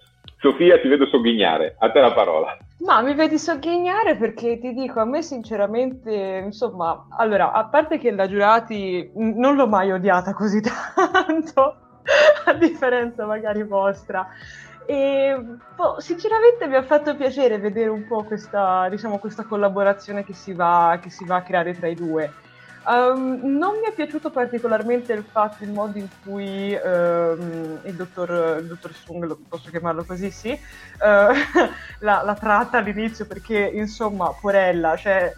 Sofia, ti vedo sogghignare, a te la parola. Ma mi vedi sogghignare perché ti dico, a me sinceramente, insomma, allora, a parte che la Jurati non l'ho mai odiata così tanto, a differenza magari vostra, e boh, sinceramente mi ha fatto piacere vedere un po' questa, diciamo, questa collaborazione che si va, che si va a creare tra i due. Um, non mi è piaciuto particolarmente il fatto, il modo in cui um, il dottor, il dottor Sung, posso chiamarlo così, sì, uh, la, la tratta all'inizio, perché insomma, porella, cioè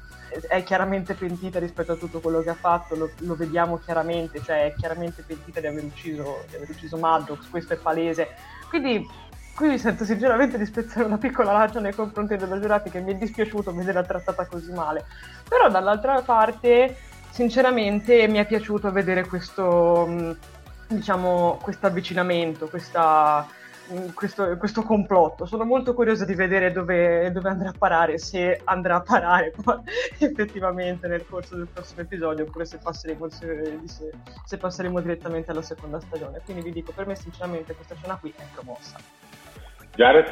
è chiaramente pentita rispetto a tutto quello che ha fatto, lo, lo vediamo chiaramente, cioè è chiaramente pentita di aver ucciso, di aver ucciso Maddox, questo è palese, quindi qui mi sento sinceramente di spezzare una piccola lancia nei confronti della Jurati, che mi è dispiaciuto vederla trattata così male, però dall'altra parte sinceramente mi è piaciuto vedere questo, diciamo, questo avvicinamento, questa Questo, questo complotto. Sono molto curiosa di vedere dove, dove andrà a parare, se andrà a parare poi, effettivamente nel corso del prossimo episodio, oppure se passeremo, se, se, se passeremo direttamente alla seconda stagione. Quindi vi dico, per me sinceramente questa scena qui è promossa. Jared?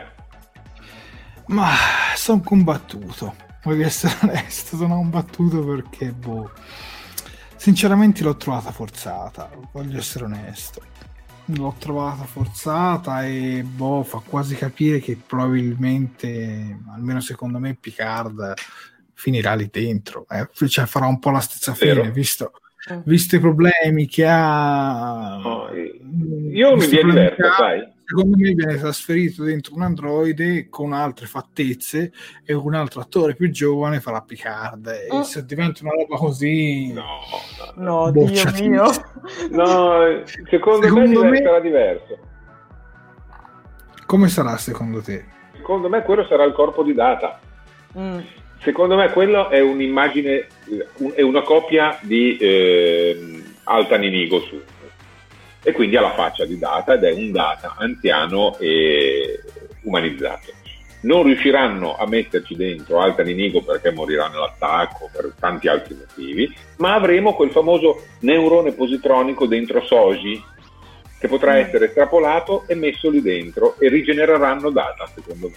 Ma sono combattuto, voglio essere onesto, sono combattuto perché boh, sinceramente l'ho trovata forzata, voglio essere onesto. L'ho trovata forzata e boh, fa quasi capire che probabilmente, almeno secondo me, Picard finirà lì dentro, eh? Cioè farà un po' la stessa Vero. fine, visto, visto i problemi che ha. No, io mi viene diverso, sai? secondo me viene trasferito dentro un androide con altre fattezze e un altro attore più giovane farà Picard e Mm. se diventa una roba così No, no, no. No, Dio bocciatissima. mio. No, secondo, Secondo me, me- sarà diverso. Come sarà secondo te? Secondo me quello sarà il corpo di Data. Mm. Secondo me quello è un'immagine, eh, un- è una copia di eh, Altan Inigo su. E quindi ha la faccia di Data ed è un Data anziano e umanizzato. Non riusciranno a metterci dentro Altan Inigo perché morirà nell'attacco, per tanti altri motivi, ma avremo quel famoso neurone positronico dentro Soji che potrà Mm. essere estrapolato e messo lì dentro e rigenereranno Data, secondo me.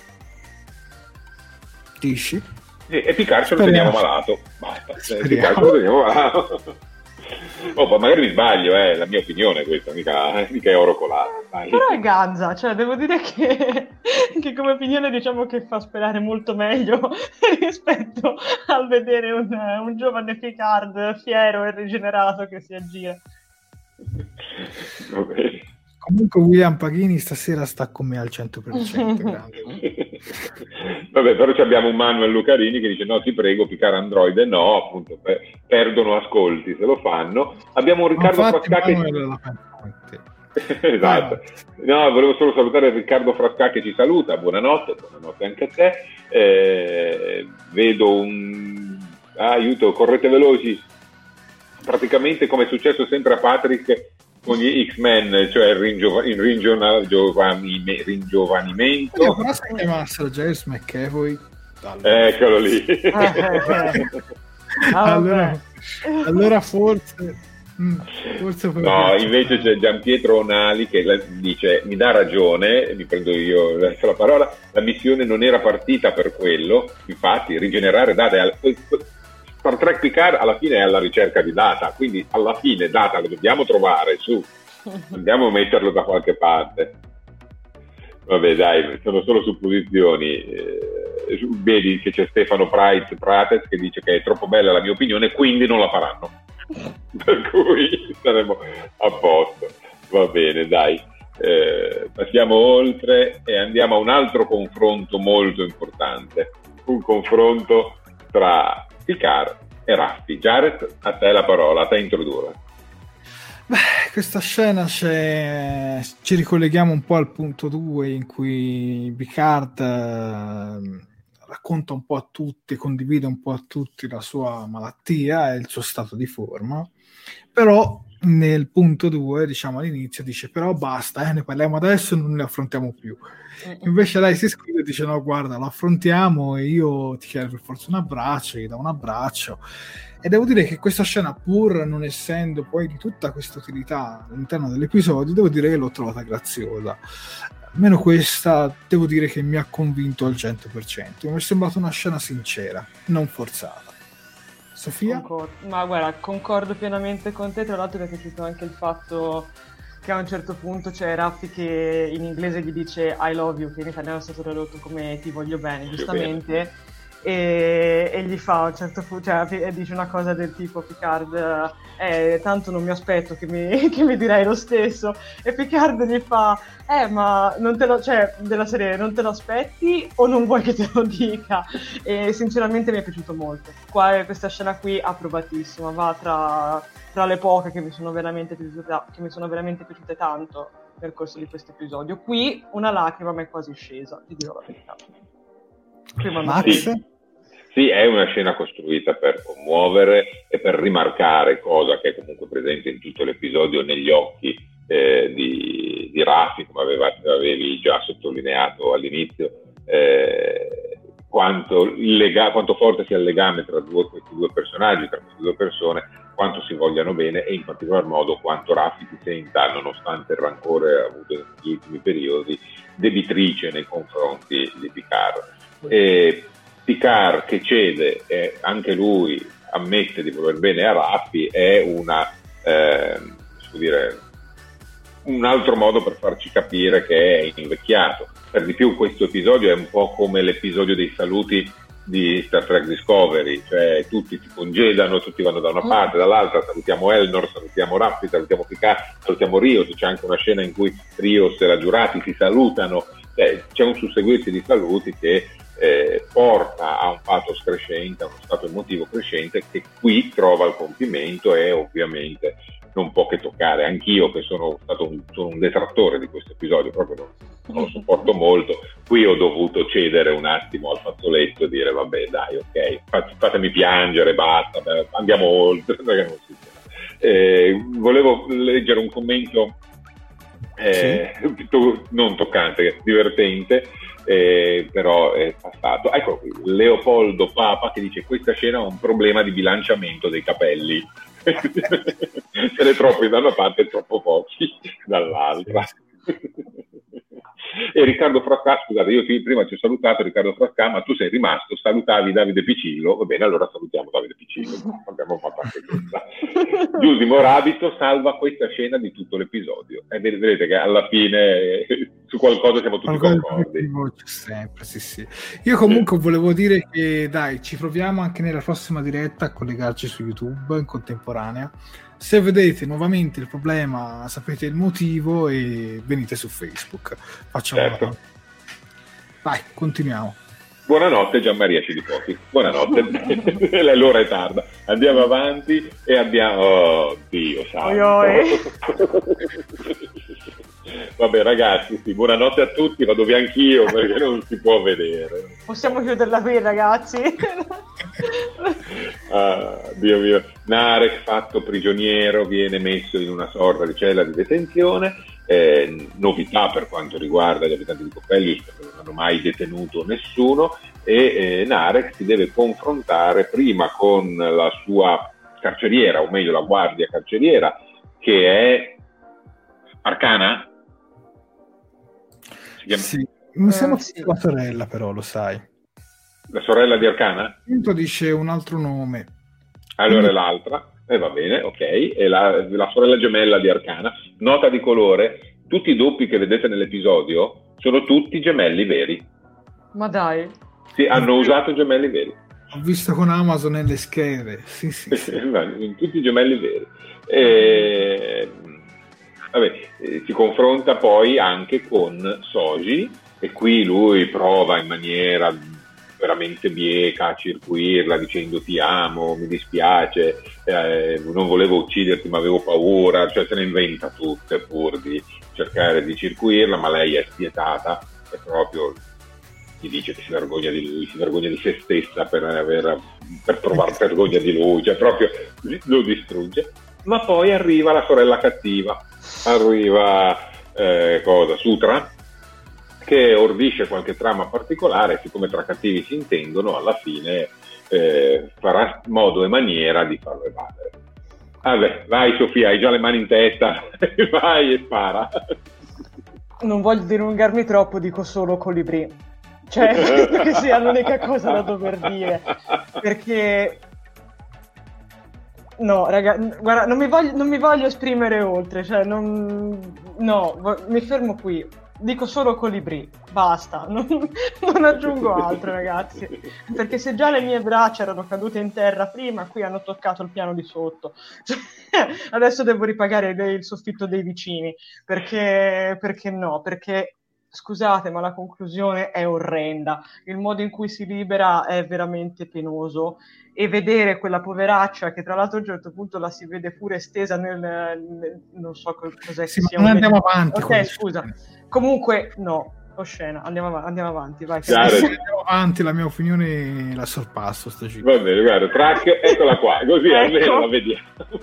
Dici? E, e Picard ce lo Speriamo. teniamo malato. Basta, eh, Speriamo. Picard ce lo teniamo malato. Oh, poi magari mi sbaglio, è eh, la mia opinione questa, mica, mica è oro colato. Dai. Però è ganza, cioè devo dire che, che come opinione diciamo che fa sperare molto meglio rispetto al vedere un, un giovane Picard fiero e rigenerato che si aggira. Va bene. Comunque William Paghini stasera sta con me al cento per cento, grande. Vabbè, però ci abbiamo un Manuel Lucarini che dice no, ti prego, Picard androide no, appunto, per- perdono ascolti se lo fanno. Abbiamo un Riccardo Infatti, Frasca che... Manuel la pensa come te. Esatto. No, volevo solo salutare Riccardo Frasca che ci saluta, buonanotte, buonanotte anche a te. Eh, vedo un... Ah, aiuto, correte veloci. Praticamente come è successo sempre a Patrick con gli X-Men, cioè il, ringiova- il ringiona- giovanime- ringiovanimento. Oddio, però se chiamassero James McAvoy, allora, Eccolo lì. Ah, allora, vabbè. allora forse, mm, forse poi- No, invece c'è Gianpietro Onali che la- dice mi dà ragione, mi prendo io adesso la parola, la missione non era partita per quello, infatti rigenerare date. Star Trek Picard alla fine è alla ricerca di Data, quindi alla fine Data lo dobbiamo trovare, su, dobbiamo metterlo da qualche parte. Vabbè dai, sono solo supposizioni. Eh, vedi che c'è Stefano Price Prates che dice che è troppo bella la mia opinione, quindi non la faranno. Per cui saremo a posto. Va bene, dai. Eh, passiamo oltre e andiamo a un altro confronto molto importante. Un confronto tra Picard e Raffi. Jared, a te la parola, a te introdurre. Beh, questa scena c'è... ci ricolleghiamo un po' al punto due in cui Picard eh, racconta un po' a tutti, condivide un po' a tutti la sua malattia e il suo stato di forma, però nel punto due, diciamo all'inizio, dice però basta, eh, ne parliamo adesso e non ne affrontiamo più. Invece lei si scusa e dice no, guarda, lo affrontiamo e io ti chiedo per forza un abbraccio, gli do un abbraccio. E devo dire che questa scena, pur non essendo poi di tutta questa utilità all'interno dell'episodio, devo dire che l'ho trovata graziosa. Almeno questa, devo dire che mi ha convinto al cento per cento. Mi è sembrata una scena sincera, non forzata. Sofia? Concordo. Ma guarda, concordo pienamente con te, tra l'altro mi è piaciuto anche il fatto che a un certo punto c'è Raffi che in inglese gli dice I love you, che in italiano è stato tradotto come ti voglio bene, giustamente, e, e gli fa a un certo punto, cioè e dice una cosa del tipo Picard, eh, tanto non mi aspetto che mi, che mi direi lo stesso, e Picard gli fa eh ma non te lo, cioè della serie non te lo aspetti o non vuoi che te lo dica? E sinceramente mi è piaciuto molto. Qua questa scena qui approvatissima, va tra, tra le poche che mi sono veramente piaciute, che mi sono veramente piaciute tanto nel corso di questo episodio. Qui una lacrima mi è quasi scesa, ti dirò la verità. Prima Max? Sì. Sì, è una scena costruita per commuovere e per rimarcare, cosa che è comunque presente in tutto l'episodio, negli occhi eh, di, di Raffi, come aveva, avevi già sottolineato all'inizio, eh, quanto, il lega- quanto forte sia il legame tra due, questi due personaggi, tra queste due persone, quanto si vogliano bene e in particolar modo quanto Raffi si senta, nonostante il rancore avuto negli ultimi periodi, debitrice nei confronti di Picard. E Picard che cede e anche lui ammette di voler bene a Raffi è una eh, dire, un altro modo per farci capire che è invecchiato. Per di più questo episodio è un po' come l'episodio dei saluti di Star Trek Discovery, cioè tutti si congedano, tutti vanno da una parte, dall'altra, salutiamo Elnor, salutiamo Raffi, salutiamo Picard, salutiamo Rios, c'è anche una scena in cui Rios e la Giurati si salutano, eh, c'è un susseguirsi di saluti che eh, porta a un pathos crescente, a uno stato emotivo crescente che qui trova il compimento e ovviamente non può che toccare. Anch'io che sono stato un, sono un detrattore di questo episodio, proprio non, non lo sopporto molto, qui ho dovuto cedere un attimo al fazzoletto e dire vabbè dai, ok, fat, fatemi piangere, basta, andiamo oltre, perché non si può. Eh, volevo leggere un commento eh, sì. to- non toccante, divertente, eh, però è passato. Ecco qui, Leopoldo Papa che dice: questa scena ha un problema di bilanciamento dei capelli. Ce n'è troppi da una parte e troppo pochi dall'altra. E Riccardo Frasca, scusate, io ti, prima ti ho salutato Riccardo Frasca, ma tu sei rimasto, salutavi Davide Piccillo, va bene, allora salutiamo Davide Piccillo, abbiamo fatto anche questa. Giusimo Rabito salva questa scena di tutto l'episodio e vedete che alla fine eh, su qualcosa siamo tutti concordi. Sempre, sì, sì. Io comunque eh. volevo dire che dai, ci proviamo anche nella prossima diretta a collegarci su YouTube in contemporanea. Se vedete nuovamente il problema, sapete il motivo e venite su Facebook. Facciamo certo. Vai, continuiamo. Buonanotte Gianmaria Cilipoti. Buonanotte. L'ora è tarda. Andiamo avanti e abbiamo... Oh, Dio santo. Vabbè ragazzi, sì, buonanotte a tutti, vado via anch'io perché non si può vedere. Possiamo chiuderla qui ragazzi? Ah, Dio mio. Narek fatto prigioniero, viene messo in una sorta di cella di detenzione, eh, novità per quanto riguarda gli abitanti di Coppelius perché non hanno mai detenuto nessuno e eh, Narek si deve confrontare prima con la sua carceriera, o meglio la guardia carceriera, che è Arcana? Sì, mi sembra uh, sì. La sorella però, lo sai. La sorella di Arcana? Appunto dice un altro nome. Allora Quindi... è l'altra, e eh, va bene, ok, è la, la sorella gemella di Arcana. Nota di colore, tutti i doppi che vedete nell'episodio sono tutti gemelli veri. Ma dai. Sì, hanno usato gemelli veri. Ho visto con Amazon nelle schede, sì sì. sì. Tutti gemelli veri. E... Vabbè, eh, si confronta poi anche con Soji e qui lui prova in maniera veramente bieca a circuirla dicendo ti amo, mi dispiace, eh, non volevo ucciderti ma avevo paura, cioè se ne inventa tutte pur di cercare di circuirla, ma lei è spietata e proprio gli dice che si vergogna di lui, si vergogna di se stessa per aver per provare vergogna di lui, cioè proprio lo distrugge. Ma poi arriva la sorella cattiva, arriva eh, cosa, Sutra, che ordisce qualche trama particolare, siccome tra cattivi si intendono, alla fine eh, farà modo e maniera di farlo evadere. Vabbè, vai Sofia, hai già le mani in testa, vai e spara. Non voglio dilungarmi troppo, dico solo colibrì. Cioè, credo che sia l'unica cosa da dover dire, perché... No, raga, guarda, non mi voglio, non mi voglio esprimere oltre, cioè, non... No, vo- mi fermo qui. Dico solo colibrì, basta, non, non aggiungo altro ragazzi, perché se già le mie braccia erano cadute in terra prima, qui hanno toccato il piano di sotto, cioè, adesso devo ripagare il soffitto dei vicini, perché, perché no, perché scusate ma la conclusione è orrenda, il modo in cui si libera è veramente penoso e vedere quella poveraccia che tra l'altro a un certo punto la si vede pure stesa nel, nel non so cos'è sì, che sia. Non andiamo avanti. Ok, scusa. Comunque, no, oscena, andiamo, av- andiamo avanti, vai. Sì, andiamo avanti, la mia opinione la sorpasso sto giro. Va bene, guarda, track, eccola qua, così ecco. Almeno la vediamo.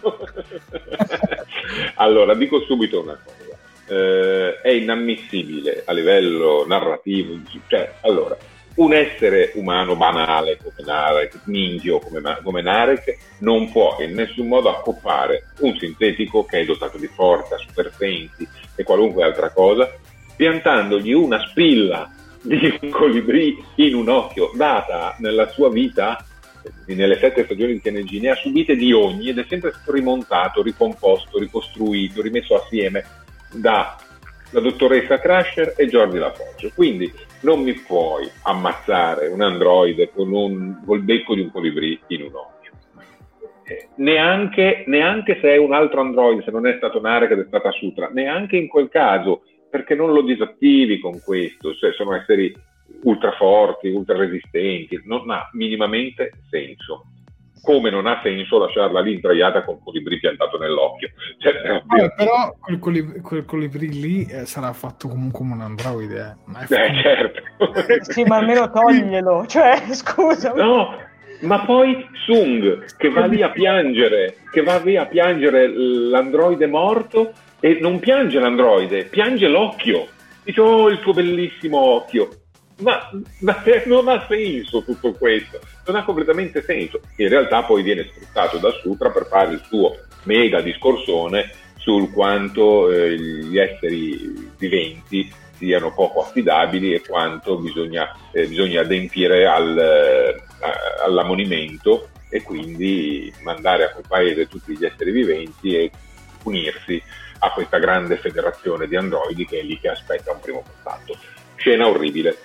Allora, dico subito una cosa, eh, è inammissibile a livello narrativo, cioè, allora, un essere umano banale come Narek, ninja come, come Narek, non può in nessun modo accoppare un sintetico che è dotato di forza, supersensi e qualunque altra cosa, piantandogli una spilla di colibrì in un occhio, data nella sua vita, nelle sette stagioni di T N G, ne ha subite di ogni ed è sempre stato rimontato, ricomposto, ricostruito, rimesso assieme da la dottoressa Crusher e Geordi LaForge. Quindi non mi puoi ammazzare un androide con un col becco di un colibrì in un occhio. Eh, neanche, neanche se è un altro androide, se non è stato Narek ed è stata Sutra, neanche in quel caso, perché non lo disattivi con questo, cioè sono esseri ultra forti, ultra resistenti, non ha minimamente senso. Come non ha senso lasciarla lì intraiata con il colibrì piantato nell'occhio. Cioè, eh, però quel, colib- quel colibrì lì eh, sarà fatto comunque come un androide. Eh, ma è eh certo. Sì, ma almeno toglielo, cioè, scusa. No, ma poi Sung, che va lì a piangere, che va lì a piangere l'androide morto, e non piange l'androide, piange l'occhio. Dice, oh, il tuo bellissimo occhio. Ma, ma non ha senso tutto questo, non ha completamente senso. In realtà poi viene sfruttato da Sutra per fare il suo mega discorsone sul quanto eh, gli esseri viventi siano poco affidabili e quanto bisogna, eh, bisogna adempiere al, eh, all'ammonimento e quindi mandare a quel paese tutti gli esseri viventi e unirsi a questa grande federazione di androidi che è lì che aspetta un primo contatto. Scena orribile.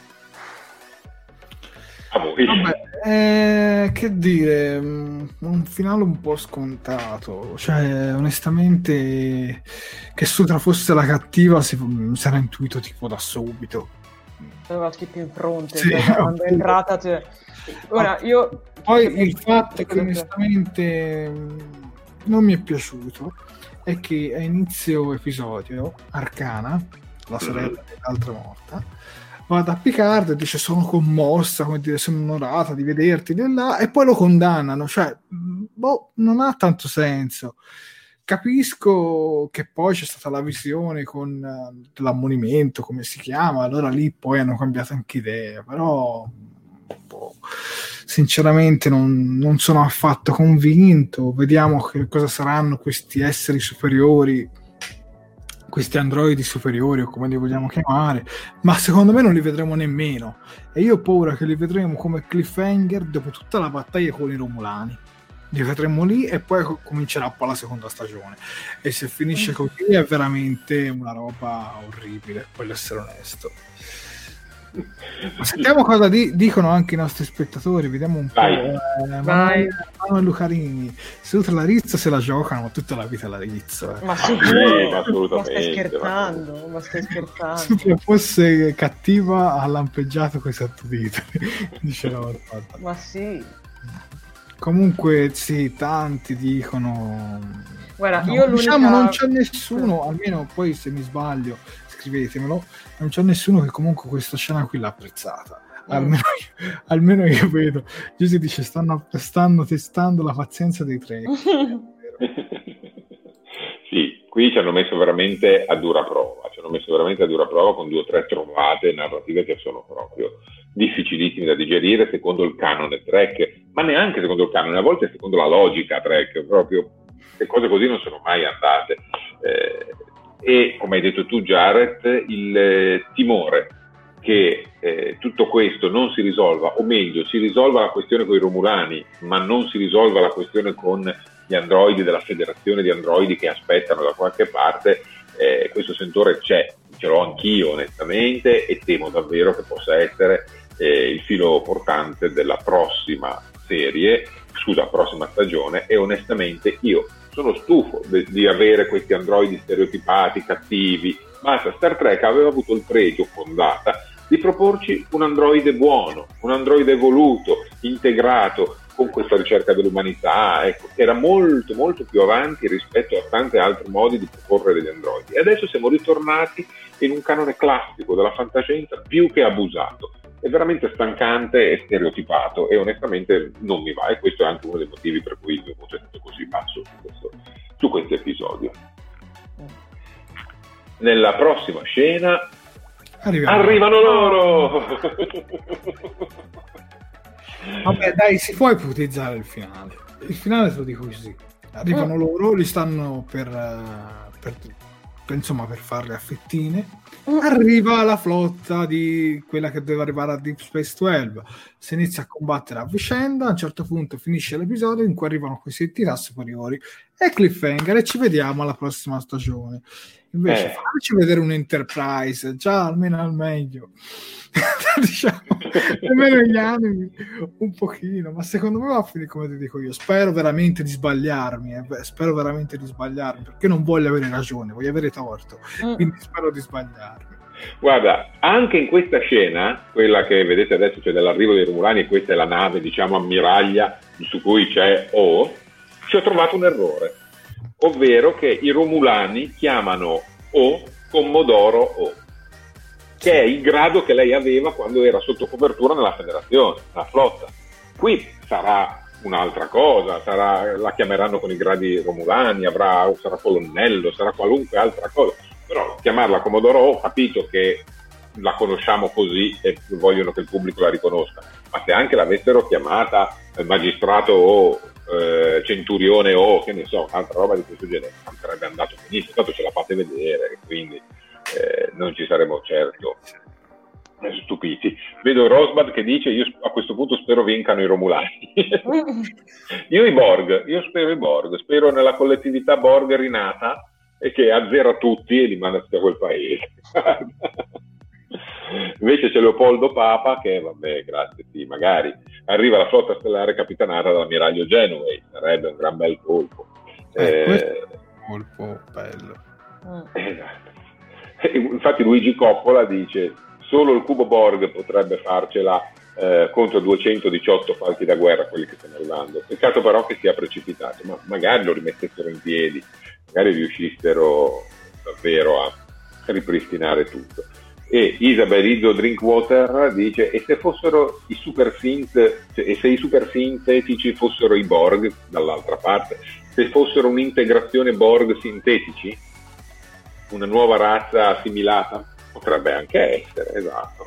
A voi. Vabbè, eh, che dire, un finale un po' scontato, cioè onestamente che Sutra fosse la cattiva si, si era intuito tipo da subito. Aveva scritto in fronte, sì, cioè, quando è entrata cioè... Ora io poi il fatto che onestamente non mi è piaciuto è che a inizio episodio Arcana, la sorella dell'altra morta, va da Picard e dice sono commossa, come dire, sono onorata di vederti di là, e poi lo condannano, cioè boh, non ha tanto senso. Capisco che poi c'è stata la visione con uh, l'ammonimento, come si chiama, allora lì poi hanno cambiato anche idea, però boh, sinceramente non, non sono affatto convinto. Vediamo che cosa saranno questi esseri superiori, questi androidi superiori o come li vogliamo chiamare, ma secondo me non li vedremo nemmeno, e io ho paura che li vedremo come cliffhanger dopo tutta la battaglia con i Romulani. Li vedremo lì e poi comincerà poi la seconda stagione, e se finisce così è veramente una roba orribile, voglio essere onesto. Sentiamo cosa di- dicono anche i nostri spettatori, vediamo un Vai. po'. Eh, Manuel, Manuel Lucarini, Sutra la Rizzo se la giocano tutta la vita la Rizzo. Eh. Ma sì, assolutamente, ma stai scherzando, ma stai scherzando. Se fosse cattiva ha lampeggiato coi sottotitoli. Dice la volta. Ma sì. Comunque sì, tanti dicono. Guarda, No, io l'unica... diciamo non c'è nessuno, almeno poi se mi sbaglio scrivetemelo, non c'è nessuno che comunque questa scena qui l'ha apprezzata. Almeno io, almeno io vedo. Giusy dice stanno, stanno testando la pazienza dei tre. Sì, qui ci hanno messo veramente a dura prova, ci hanno messo veramente a dura prova con due o tre trovate narrative che sono proprio difficilissime da digerire secondo il canone Trek, ma neanche secondo il canone, a volte secondo la logica Trek, proprio le cose così non sono mai andate. Eh, e come hai detto tu Jared, il eh, timore che eh, tutto questo non si risolva, o meglio si risolva la questione con i Romulani ma non si risolva la questione con gli androidi della federazione di androidi che aspettano da qualche parte, eh, questo sentore c'è, ce l'ho anch'io onestamente, e temo davvero che possa essere eh, il filo portante della prossima serie, scusa, prossima stagione, e onestamente io sono stufo de- di avere questi androidi stereotipati, cattivi. Basta, Star Trek aveva avuto il pregio, fondata, di proporci un androide buono, un androide evoluto, integrato con questa ricerca dell'umanità, ecco, che era molto molto più avanti rispetto a tanti altri modi di proporre degli androidi. E adesso siamo ritornati in un canone classico della fantascienza più che abusato. È veramente stancante e stereotipato e onestamente non mi va, e questo è anche uno dei motivi per cui il mio voto è stato così basso su questo, su questo episodio. Nella prossima scena Arriviamo. arrivano loro. Vabbè, dai, si può ipotizzare il finale. Il finale te lo dico così. Arrivano loro, li stanno per, uh, per, per insomma per farle a fettine. Arriva la flotta di quella che deve arrivare a Deep Space dodici. Si inizia a combattere a vicenda. A un certo punto finisce l'episodio in cui arrivano questi entità superiori e cliffhanger, e ci vediamo alla prossima stagione. Invece eh. facci vedere un Enterprise, già almeno al meglio. Diciamo, almeno gli animi un pochino, ma secondo me va a finire come ti dico io. Spero veramente di sbagliarmi, eh. spero veramente di sbagliarmi, perché non voglio avere ragione, voglio avere torto, quindi spero di sbagliarmi. Guarda, anche in questa scena, quella che vedete adesso, c'è dell'arrivo dei Romulani, e questa è la nave, diciamo, ammiraglia su cui c'è O, ci ho trovato un errore, ovvero che i Romulani chiamano O Commodoro O, che è il grado che lei aveva quando era sotto copertura nella federazione, nella flotta. Qui sarà un'altra cosa, sarà, la chiameranno con i gradi romulani, avrà, sarà colonnello, sarà qualunque altra cosa, però chiamarla Commodoro O, ho capito che la conosciamo così e vogliono che il pubblico la riconosca, ma se anche l'avessero chiamata eh, magistrato O, eh, centurione O, che ne so, altra roba di questo genere, non sarebbe andato benissimo, tanto ce la fate vedere, quindi Eh, non ci saremo certo stupiti. Vedo Rosbad che dice: io a questo punto spero vincano i Romulani. Io i Borg, io spero i Borg, spero nella collettività Borg rinata e che azzera tutti e li manda tutti a quel paese. Invece c'è Leopoldo Papa che, vabbè, grazie, sì, magari arriva la flotta stellare capitanata dall'ammiraglio Genoway, sarebbe un gran bel colpo. Eh, eh, questo è un colpo bello. Esatto. Infatti Luigi Coppola dice: solo il cubo Borg potrebbe farcela eh, contro duecentodiciotto falchi da guerra, quelli che stanno arrivando. Peccato però che sia precipitato, ma magari lo rimettessero in piedi, magari riuscissero davvero a ripristinare tutto. E Isabel Rizzo Drinkwater dice: e se fossero i super synth, e se i super sintetici fossero i Borg dall'altra parte, se fossero un'integrazione Borg sintetici, una nuova razza assimilata? Potrebbe anche essere, esatto.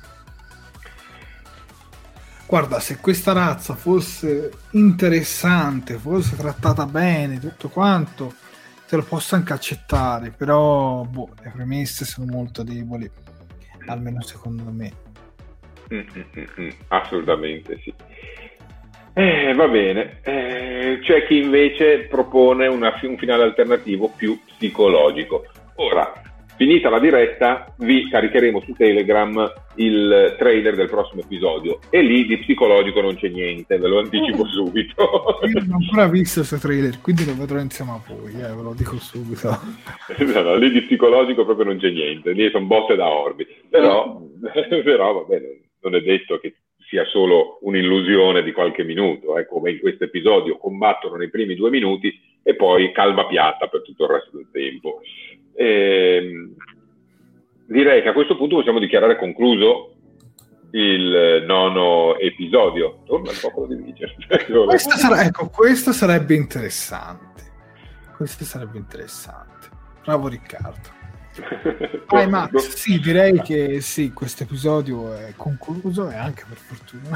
Guarda, se questa razza fosse interessante, fosse trattata bene, tutto quanto, te lo posso anche accettare, però boh, le premesse sono molto deboli, almeno secondo me. Mm-mm-mm, assolutamente sì. Eh, va bene, eh, c'è chi invece propone una, un finale alternativo più psicologico. Ora, finita la diretta, vi caricheremo su Telegram il trailer del prossimo episodio e lì di psicologico non c'è niente, ve lo anticipo subito. Io non ho ancora visto questo trailer, quindi lo vedrò insieme a voi, eh, ve lo dico subito. No, no, lì di psicologico proprio non c'è niente, lì sono botte da orbi, però, però va bene, non è detto che sia solo un'illusione di qualche minuto, eh, come in questo episodio combattono nei primi due minuti e poi calma piatta per tutto il resto del tempo. Eh, direi che a questo punto possiamo dichiarare concluso il nono episodio. Torna il popolo di Viger. Questo, sarà, ecco, questo sarebbe interessante. Questo sarebbe interessante. Bravo Riccardo. Vai Max, sì, direi che sì, questo episodio è concluso e anche per fortuna.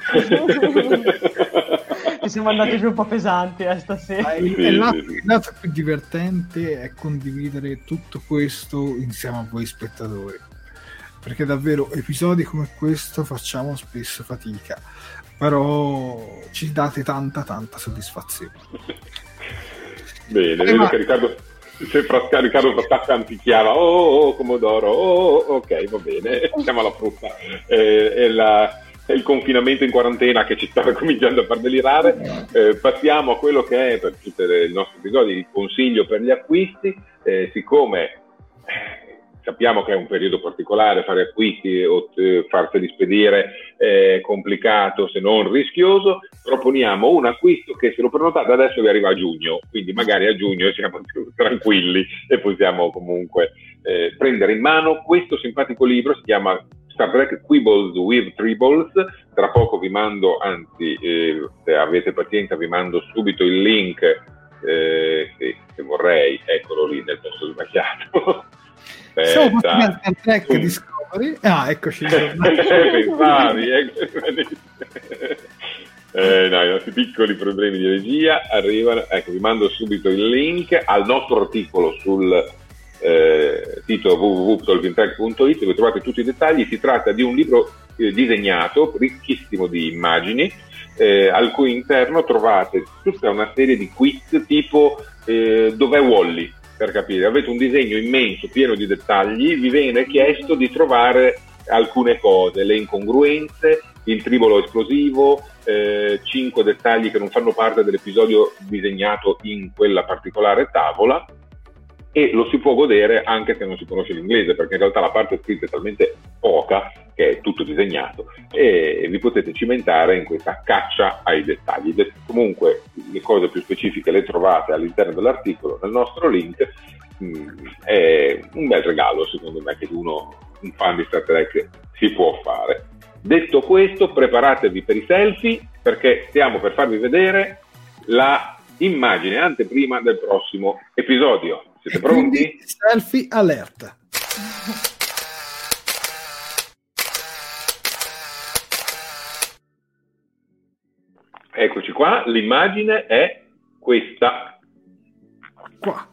Ci siamo andati giù un po' pesanti eh, stasera. Il, sì, il, lato, il lato più divertente è condividere tutto questo insieme a voi spettatori, perché davvero episodi come questo facciamo spesso fatica, però ci date tanta tanta soddisfazione. Bene, vedo ma... che Riccardo se Frasca, Riccardo Frasca antichiava oh, oh, oh Comodoro, oh, oh, ok, va bene, siamo alla frutta. Eh, è, la, è il confinamento in quarantena che ci sta cominciando a far delirare. Eh, passiamo a quello che è per tutti i nostri episodi il consiglio per gli acquisti. Eh, siccome sappiamo che è un periodo particolare, fare acquisti o eh, farseli spedire è complicato se non rischioso, proponiamo un acquisto che se lo prenotate adesso vi arriva a giugno, quindi magari a giugno siamo più tranquilli e possiamo comunque eh, prendere in mano questo simpatico libro. Si chiama Star Trek Quibbles with Tribbles. Tra poco vi mando, anzi eh, se avete pazienza vi mando subito il link eh, che, che vorrei, eccolo lì nel posto sbagliato. Siamo partiti al Star Trek um. Discovery. Ah, eccoci. Pensavi, eh? eh, no, i nostri piccoli problemi di regia arrivano. Ecco, vi mando subito il link al nostro articolo sul eh, sito w w w punto tolkien trek punto it, dove trovate tutti i dettagli. Si tratta di un libro eh, disegnato, ricchissimo di immagini, eh, al cui interno trovate tutta una serie di quiz tipo eh, dov'è Wall-E, per capire. Avete un disegno immenso, pieno di dettagli, vi viene chiesto di trovare alcune cose, le incongruenze, il tribolo esplosivo, eh, cinque dettagli che non fanno parte dell'episodio disegnato in quella particolare tavola, e lo si può godere anche se non si conosce l'inglese, perché in realtà la parte scritta è talmente poca che è tutto disegnato, e vi potete cimentare in questa caccia ai dettagli. Comunque le cose più specifiche le trovate all'interno dell'articolo nel nostro link. Mm, è un bel regalo secondo me che uno, un fan di Star Trek, si può fare. Detto questo, preparatevi per i selfie, perché stiamo per farvi vedere la immagine anteprima del prossimo episodio. Siete e pronti? Quindi, selfie alert. Eccoci qua, l'immagine è questa. Qua.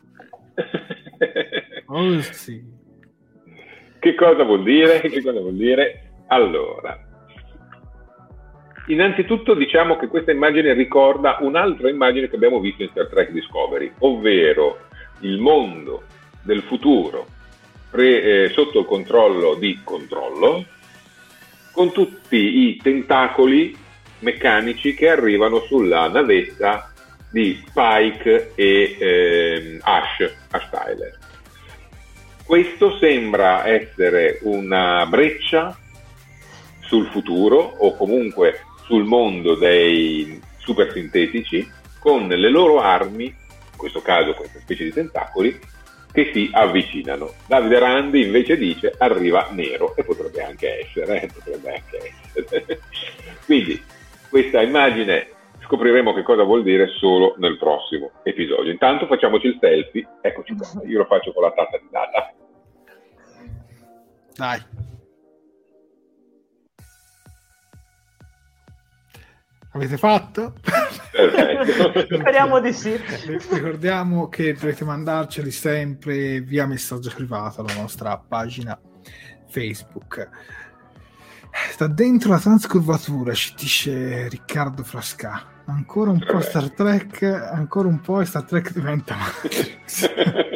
Oh sì. Che cosa vuol dire? Che cosa vuol dire? Allora, innanzitutto diciamo che questa immagine ricorda un'altra immagine che abbiamo visto in Star Trek Discovery, ovvero il mondo del futuro pre, eh, sotto il controllo di Controllo, con tutti i tentacoli meccanici che arrivano sulla navetta di Pike e eh, Ash, Ash Tyler. Questo sembra essere una breccia sul futuro, o comunque sul mondo dei super sintetici, con le loro armi, in questo caso questa specie di tentacoli, che si avvicinano. Davide Randi invece dice arriva nero, e potrebbe anche essere, eh, potrebbe anche essere. Quindi questa immagine scopriremo che cosa vuol dire solo nel prossimo episodio. Intanto facciamoci il selfie. Eccoci qua, io lo faccio con la tazza di data. Dai. Avete fatto? Perfetto. Speriamo di sì. Ricordiamo che dovete mandarceli sempre via messaggio privato alla nostra pagina Facebook. Sta dentro la transcurvatura, ci dice Riccardo Frasca. Ancora un po' Star Trek, ancora un po' e Star Trek diventa Matrix.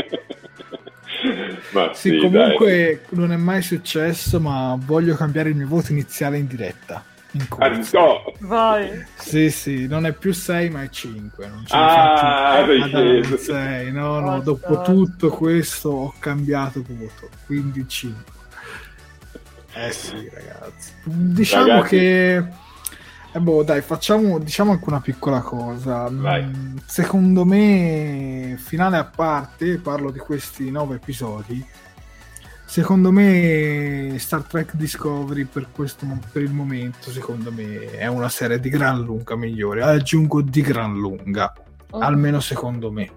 Ma sì, sì, comunque dai. Non è mai successo, ma voglio cambiare il mio voto iniziale in diretta. In corso. Ah, no. Vai. Sì, sì, non è più sei ma è cinque. Non ce ah, faccio sei. No, no, dopo tutto questo ho cambiato voto, quindi cinque. Eh sì, ragazzi. Diciamo ragazzi. che eh boh, dai, facciamo diciamo anche una piccola cosa. Vai. Secondo me, finale a parte, parlo di questi nove episodi. Secondo me Star Trek Discovery per questo per il momento, secondo me è una serie di gran lunga migliore. Aggiungo di gran lunga, oh. almeno secondo me.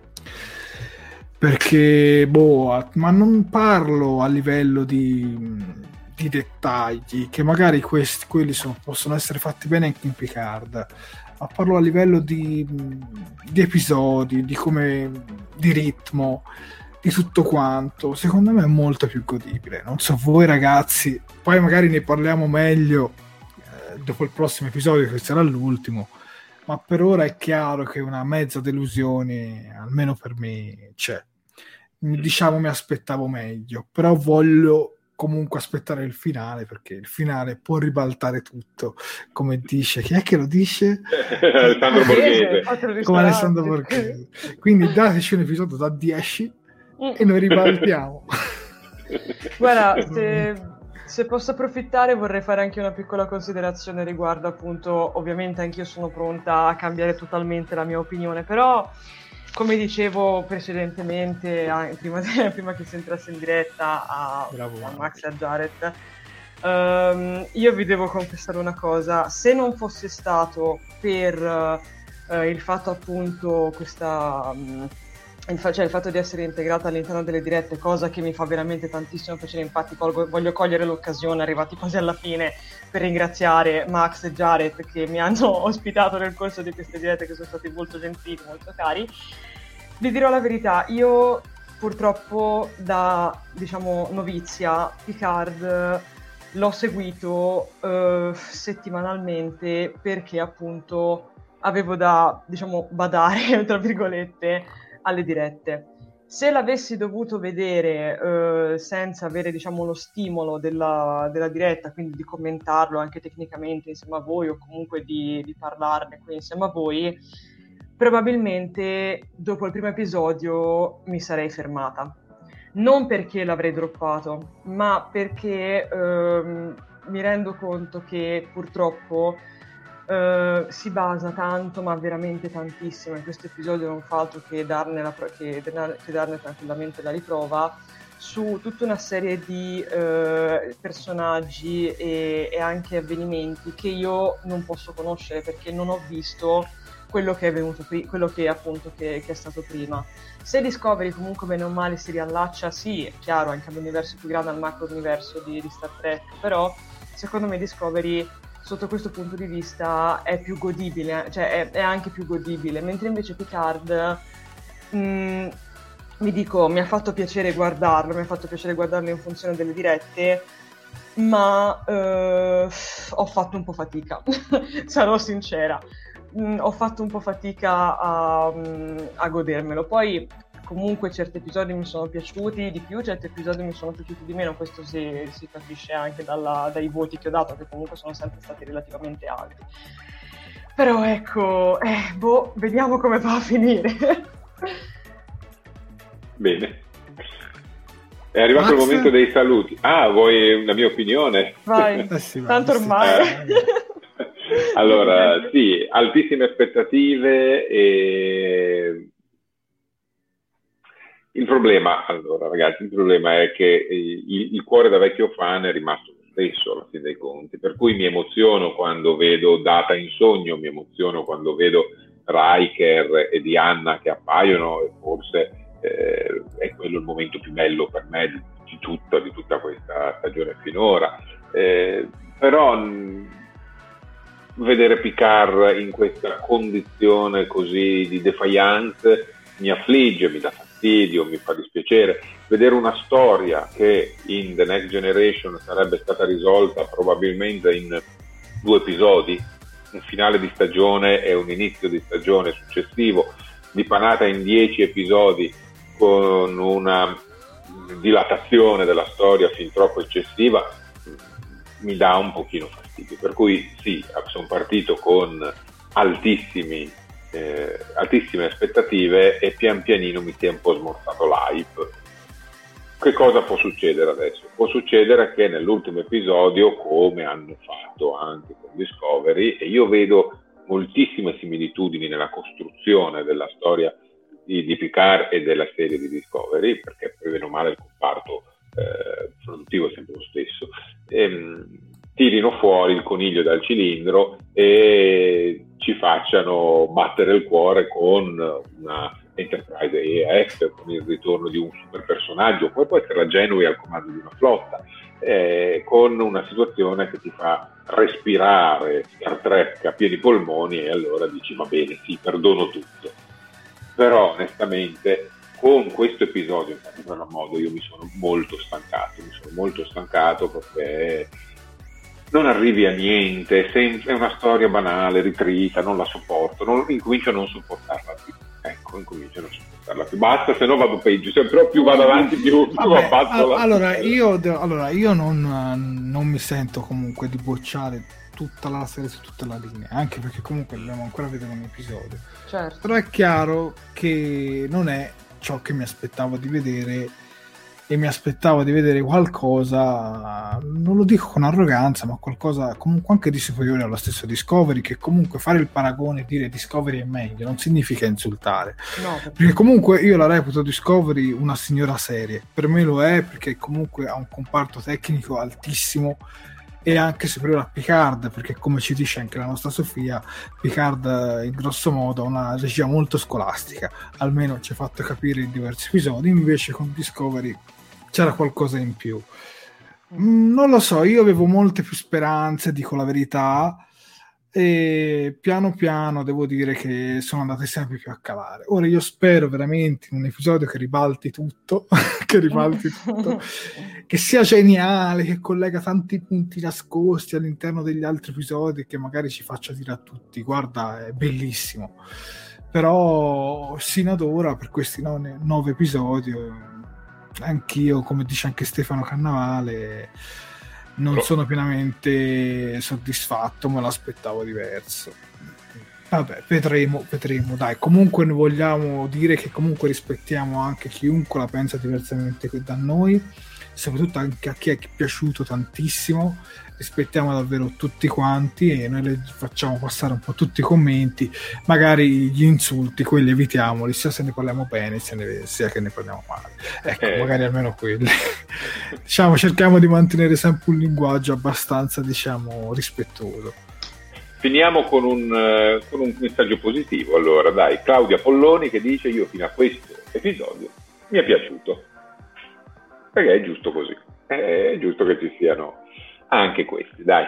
Perché boh, ma non parlo a livello di di dettagli, che magari questi quelli sono, possono essere fatti bene anche in Picard, ma parlo a livello di, di episodi, di come di ritmo, di tutto quanto. Secondo me è molto più godibile. Non so voi ragazzi, poi magari ne parliamo meglio eh, dopo il prossimo episodio, che sarà l'ultimo, ma per ora è chiaro che una mezza delusione, almeno per me, c'è. Diciamo mi aspettavo meglio, però voglio comunque aspettare il finale, perché il finale può ribaltare tutto, come dice, chi è che lo dice? Alessandro Borghese. Come Alessandro Borghese. Quindi dateci un episodio da dieci e noi ribaltiamo. Guarda, se, se posso approfittare, vorrei fare anche una piccola considerazione riguardo, appunto, ovviamente anch'io sono pronta a cambiare totalmente la mia opinione, però come dicevo precedentemente, prima, de, prima che si entrasse in diretta a, a Max e a Jared, um, io vi devo confessare una cosa: se non fosse stato per uh, il fatto, appunto, questa um, il, fa- cioè il fatto di essere integrata all'interno delle dirette, cosa che mi fa veramente tantissimo piacere, infatti colgo, voglio cogliere l'occasione, arrivati quasi alla fine, per ringraziare Max e Jared che mi hanno ospitato nel corso di queste dirette, che sono stati molto gentili, molto cari. Vi dirò la verità, io purtroppo da, diciamo, novizia Picard l'ho seguito uh, settimanalmente perché appunto avevo da, diciamo, badare, tra virgolette, alle dirette. Se l'avessi dovuto vedere uh, senza avere, diciamo, lo stimolo della, della diretta, quindi di commentarlo anche tecnicamente insieme a voi o comunque di, di parlarne qui insieme a voi, probabilmente dopo il primo episodio mi sarei fermata. Non perché l'avrei droppato, ma perché uh, mi rendo conto che purtroppo Uh, si basa tanto, ma veramente tantissimo, in questo episodio non fa altro che darne, la pro- che, che darne tranquillamente la riprova, su tutta una serie di uh, personaggi e, e anche avvenimenti che io non posso conoscere perché non ho visto quello che è venuto pri- quello che appunto che, che è stato prima. Se Discovery comunque bene o male si riallaccia, sì, è chiaro, anche all'universo più grande, al macro universo di, di Star Trek, però secondo me Discovery sotto questo punto di vista è più godibile, cioè è, è anche più godibile, mentre invece Picard, mh, mi dico, mi ha fatto piacere guardarlo, mi ha fatto piacere guardarlo in funzione delle dirette, ma eh, ho fatto un po' fatica, sarò sincera, mh, ho fatto un po' fatica a, a godermelo. Poi comunque certi episodi mi sono piaciuti di più, certi episodi mi sono piaciuti di meno, questo si, si capisce anche dalla, dai voti che ho dato, che comunque sono sempre stati relativamente alti. Però ecco, eh, boh, vediamo come va a finire. Bene. È arrivato Max? Il momento dei saluti. Ah, vuoi la mia opinione? Vai, eh sì, tanto ormai. Eh. Allora, sì, altissime aspettative e... Il problema, allora ragazzi, il problema è che il, il cuore da vecchio fan è rimasto lo stesso alla fine dei conti, per cui mi emoziono quando vedo Data in sogno, mi emoziono quando vedo Riker e Diana che appaiono e forse eh, è quello il momento più bello per me di, di, tutto, di tutta questa stagione finora. Eh, però mh, vedere Picard in questa condizione così di defiance mi affligge, mi dà fastidio, mi fa dispiacere. Vedere una storia che in The Next Generation sarebbe stata risolta probabilmente in due episodi, un finale di stagione e un inizio di stagione successivo, dipanata in dieci episodi con una dilatazione della storia fin troppo eccessiva, mi dà un pochino fastidio. Per cui sì, sono partito con altissimi Eh, altissime aspettative e pian pianino mi si è un po' smorzato l'hype. Che cosa può succedere adesso? Può succedere che nell'ultimo episodio, come hanno fatto anche con Discovery, e io vedo moltissime similitudini nella costruzione della storia di, di Picard e della serie di Discovery, perché per bene o male il comparto eh, produttivo è sempre lo stesso, ehm, tirino fuori il coniglio dal cilindro e ci facciano battere il cuore con una Enterprise E F, con il ritorno di un super personaggio, poi può essere la Genui al comando di una flotta, eh, con una situazione che ti fa respirare Star Trek a pieni polmoni e allora dici va bene, sì, perdono tutto. Però onestamente con questo episodio in particolar modo io mi sono molto stancato, mi sono molto stancato perché non arrivi a niente, è una storia banale, ritrita, non la sopporto, non, incomincio a non sopportarla più, ecco, incomincio a non sopportarla più, basta, se no vado peggio, se però più vado avanti più, più Vabbè, abbasso la... allora io, allora io non, non mi sento comunque di bocciare tutta la serie su tutta la linea, anche perché comunque dobbiamo ancora vedere un episodio, certo. Però è chiaro che non è ciò che mi aspettavo di vedere, e mi aspettavo di vedere qualcosa, non lo dico con arroganza, ma qualcosa comunque anche di superiore allo stesso Discovery, che comunque fare il paragone e dire Discovery è meglio non significa insultare, no, perché... perché comunque io la reputo Discovery una signora serie, per me lo è, perché comunque ha un comparto tecnico altissimo e anche superiore a Picard, perché come ci dice anche la nostra Sofia, Picard in grosso modo ha una regia molto scolastica, almeno ci ha fatto capire in diversi episodi, invece con Discovery c'era qualcosa in più. Mm, non lo so, io avevo molte più speranze, dico la verità, e piano piano devo dire che sono andate sempre più a calare. Ora io spero veramente in un episodio che ribalti tutto, che ribalti tutto, che sia geniale, che collega tanti punti nascosti all'interno degli altri episodi e che magari ci faccia dire a tutti guarda, è bellissimo. Però sino ad ora per questi nove, nove episodi anch'io, come dice anche Stefano Cannavale, non sono pienamente soddisfatto, me l'aspettavo diverso. Vabbè, vedremo, vedremo. Dai, comunque noi vogliamo dire che comunque rispettiamo anche chiunque la pensa diversamente da noi, soprattutto anche a chi è piaciuto tantissimo. Rispettiamo davvero tutti quanti e noi le facciamo passare un po' tutti i commenti, magari gli insulti, quelli evitiamoli, sia se ne parliamo bene sia, ne, sia che ne parliamo male, ecco, eh. magari almeno quelli. Diciamo, cerchiamo di mantenere sempre un linguaggio abbastanza, diciamo, rispettoso. Finiamo con un, uh, con un messaggio positivo. Allora, dai, Claudia Polloni che dice: io fino a questo episodio mi è piaciuto, perché è giusto così, è giusto che ci siano anche questi, dai.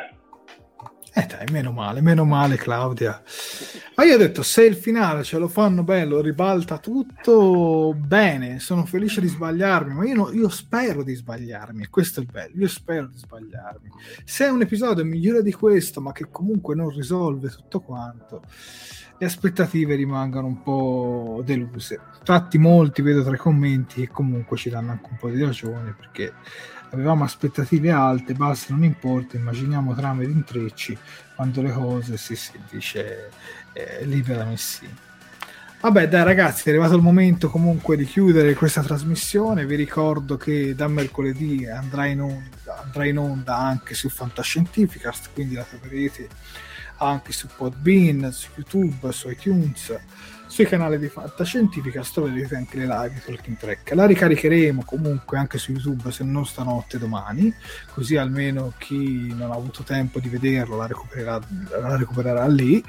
Eh dai, meno male, meno male Claudia. Ma io ho detto, se il finale ce lo fanno bello, ribalta tutto, bene, sono felice di sbagliarmi, ma io, no, io spero di sbagliarmi, questo è il bello, io spero di sbagliarmi. Se è un episodio migliore di questo, ma che comunque non risolve tutto quanto, le aspettative rimangono un po' deluse. Infatti molti, vedo tra i commenti, che comunque ci danno anche un po' di ragione, perché avevamo aspettative alte, basta, non importa, immaginiamo trame ed intrecci, quando le cose si, si dice eh, libera Messina. Vabbè dai ragazzi, è arrivato il momento comunque di chiudere questa trasmissione. Vi ricordo che da mercoledì andrà in onda, andrà in onda anche su Fantascientificast, quindi la troverete anche su Podbean, su YouTube, su iTunes, sui canali di Fantascientificast troverete anche le live di Talking Trek. La ricaricheremo comunque anche su YouTube, se non stanotte domani, così almeno chi non ha avuto tempo di vederlo la recupererà, la recupererà lì.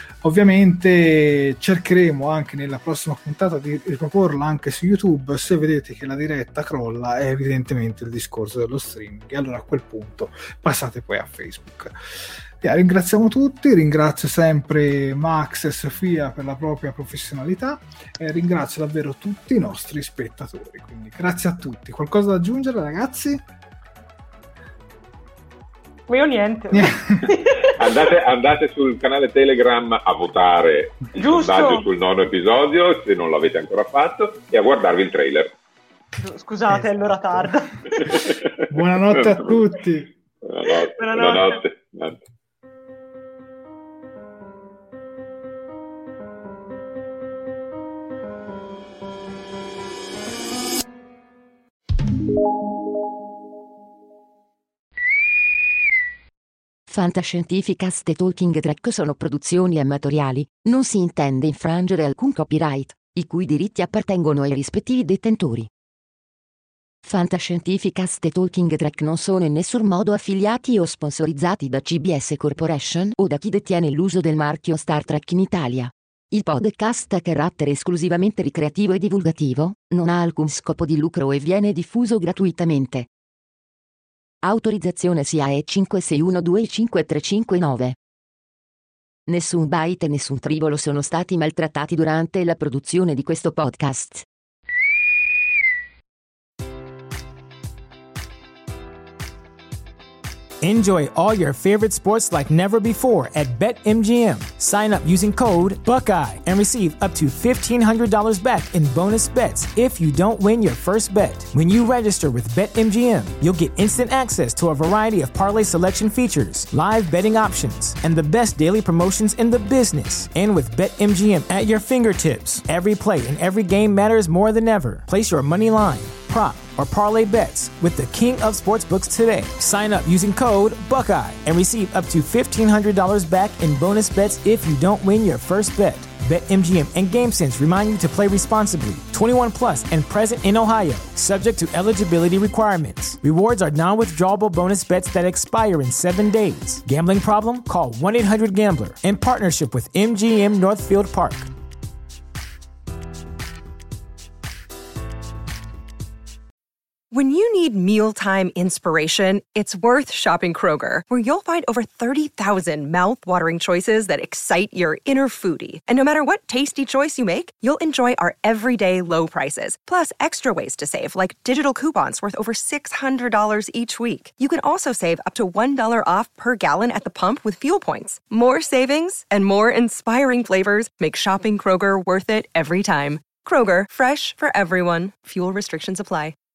Ovviamente cercheremo anche nella prossima puntata di riproporla anche su YouTube. Se vedete che la diretta crolla è evidentemente il discorso dello streaming, e allora a quel punto passate poi a Facebook. Yeah, ringraziamo tutti, ringrazio sempre Max e Sofia per la propria professionalità e ringrazio davvero tutti i nostri spettatori, quindi grazie a tutti. Qualcosa da aggiungere ragazzi? Io niente. andate, andate sul canale Telegram a votare il Giusto. sondaggio sul nono episodio se non l'avete ancora fatto e a guardarvi il trailer. Scusate, è l'ora tarda. Buonanotte a tutti. Buonanotte. Buonanotte. Buonanotte. Buonanotte. Fantascientificast e Talking Trek sono produzioni amatoriali, non si intende infrangere alcun copyright, i cui diritti appartengono ai rispettivi detentori. Fantascientificast e Talking Trek non sono in nessun modo affiliati o sponsorizzati da C B S Corporation o da chi detiene l'uso del marchio Star Trek in Italia. Il podcast ha carattere esclusivamente ricreativo e divulgativo, non ha alcun scopo di lucro e viene diffuso gratuitamente. Autorizzazione S I A E cinque sei uno due cinque tre cinque nove. Nessun byte e nessun tribolo sono stati maltrattati durante la produzione di questo podcast. Enjoy all your favorite sports like never before at BetMGM. Sign up using code Buckeye and receive up to fifteen hundred dollars back in bonus bets if you don't win your first bet. When you register with BetMGM, you'll get instant access to a variety of parlay selection features, live betting options, and the best daily promotions in the business. And with BetMGM at your fingertips, every play and every game matters more than ever. Place your money line, prop, or parlay bets with the king of sportsbooks today. Sign up using code Buckeye and receive up to fifteen hundred dollars back in bonus bets if you don't win your first bet. BetMGM and GameSense remind you to play responsibly. twenty-one plus and present in Ohio, subject to eligibility requirements. Rewards are non-withdrawable bonus bets that expire in seven days. Gambling problem? Call one eight hundred gambler in partnership with M G M Northfield Park. When you need mealtime inspiration, it's worth shopping Kroger, where you'll find over thirty thousand mouth-watering choices that excite your inner foodie. And no matter what tasty choice you make, you'll enjoy our everyday low prices, plus extra ways to save, like digital coupons worth over six hundred dollars each week. You can also save up to one dollar off per gallon at the pump with fuel points. More savings and more inspiring flavors make shopping Kroger worth it every time. Kroger, fresh for everyone. Fuel restrictions apply.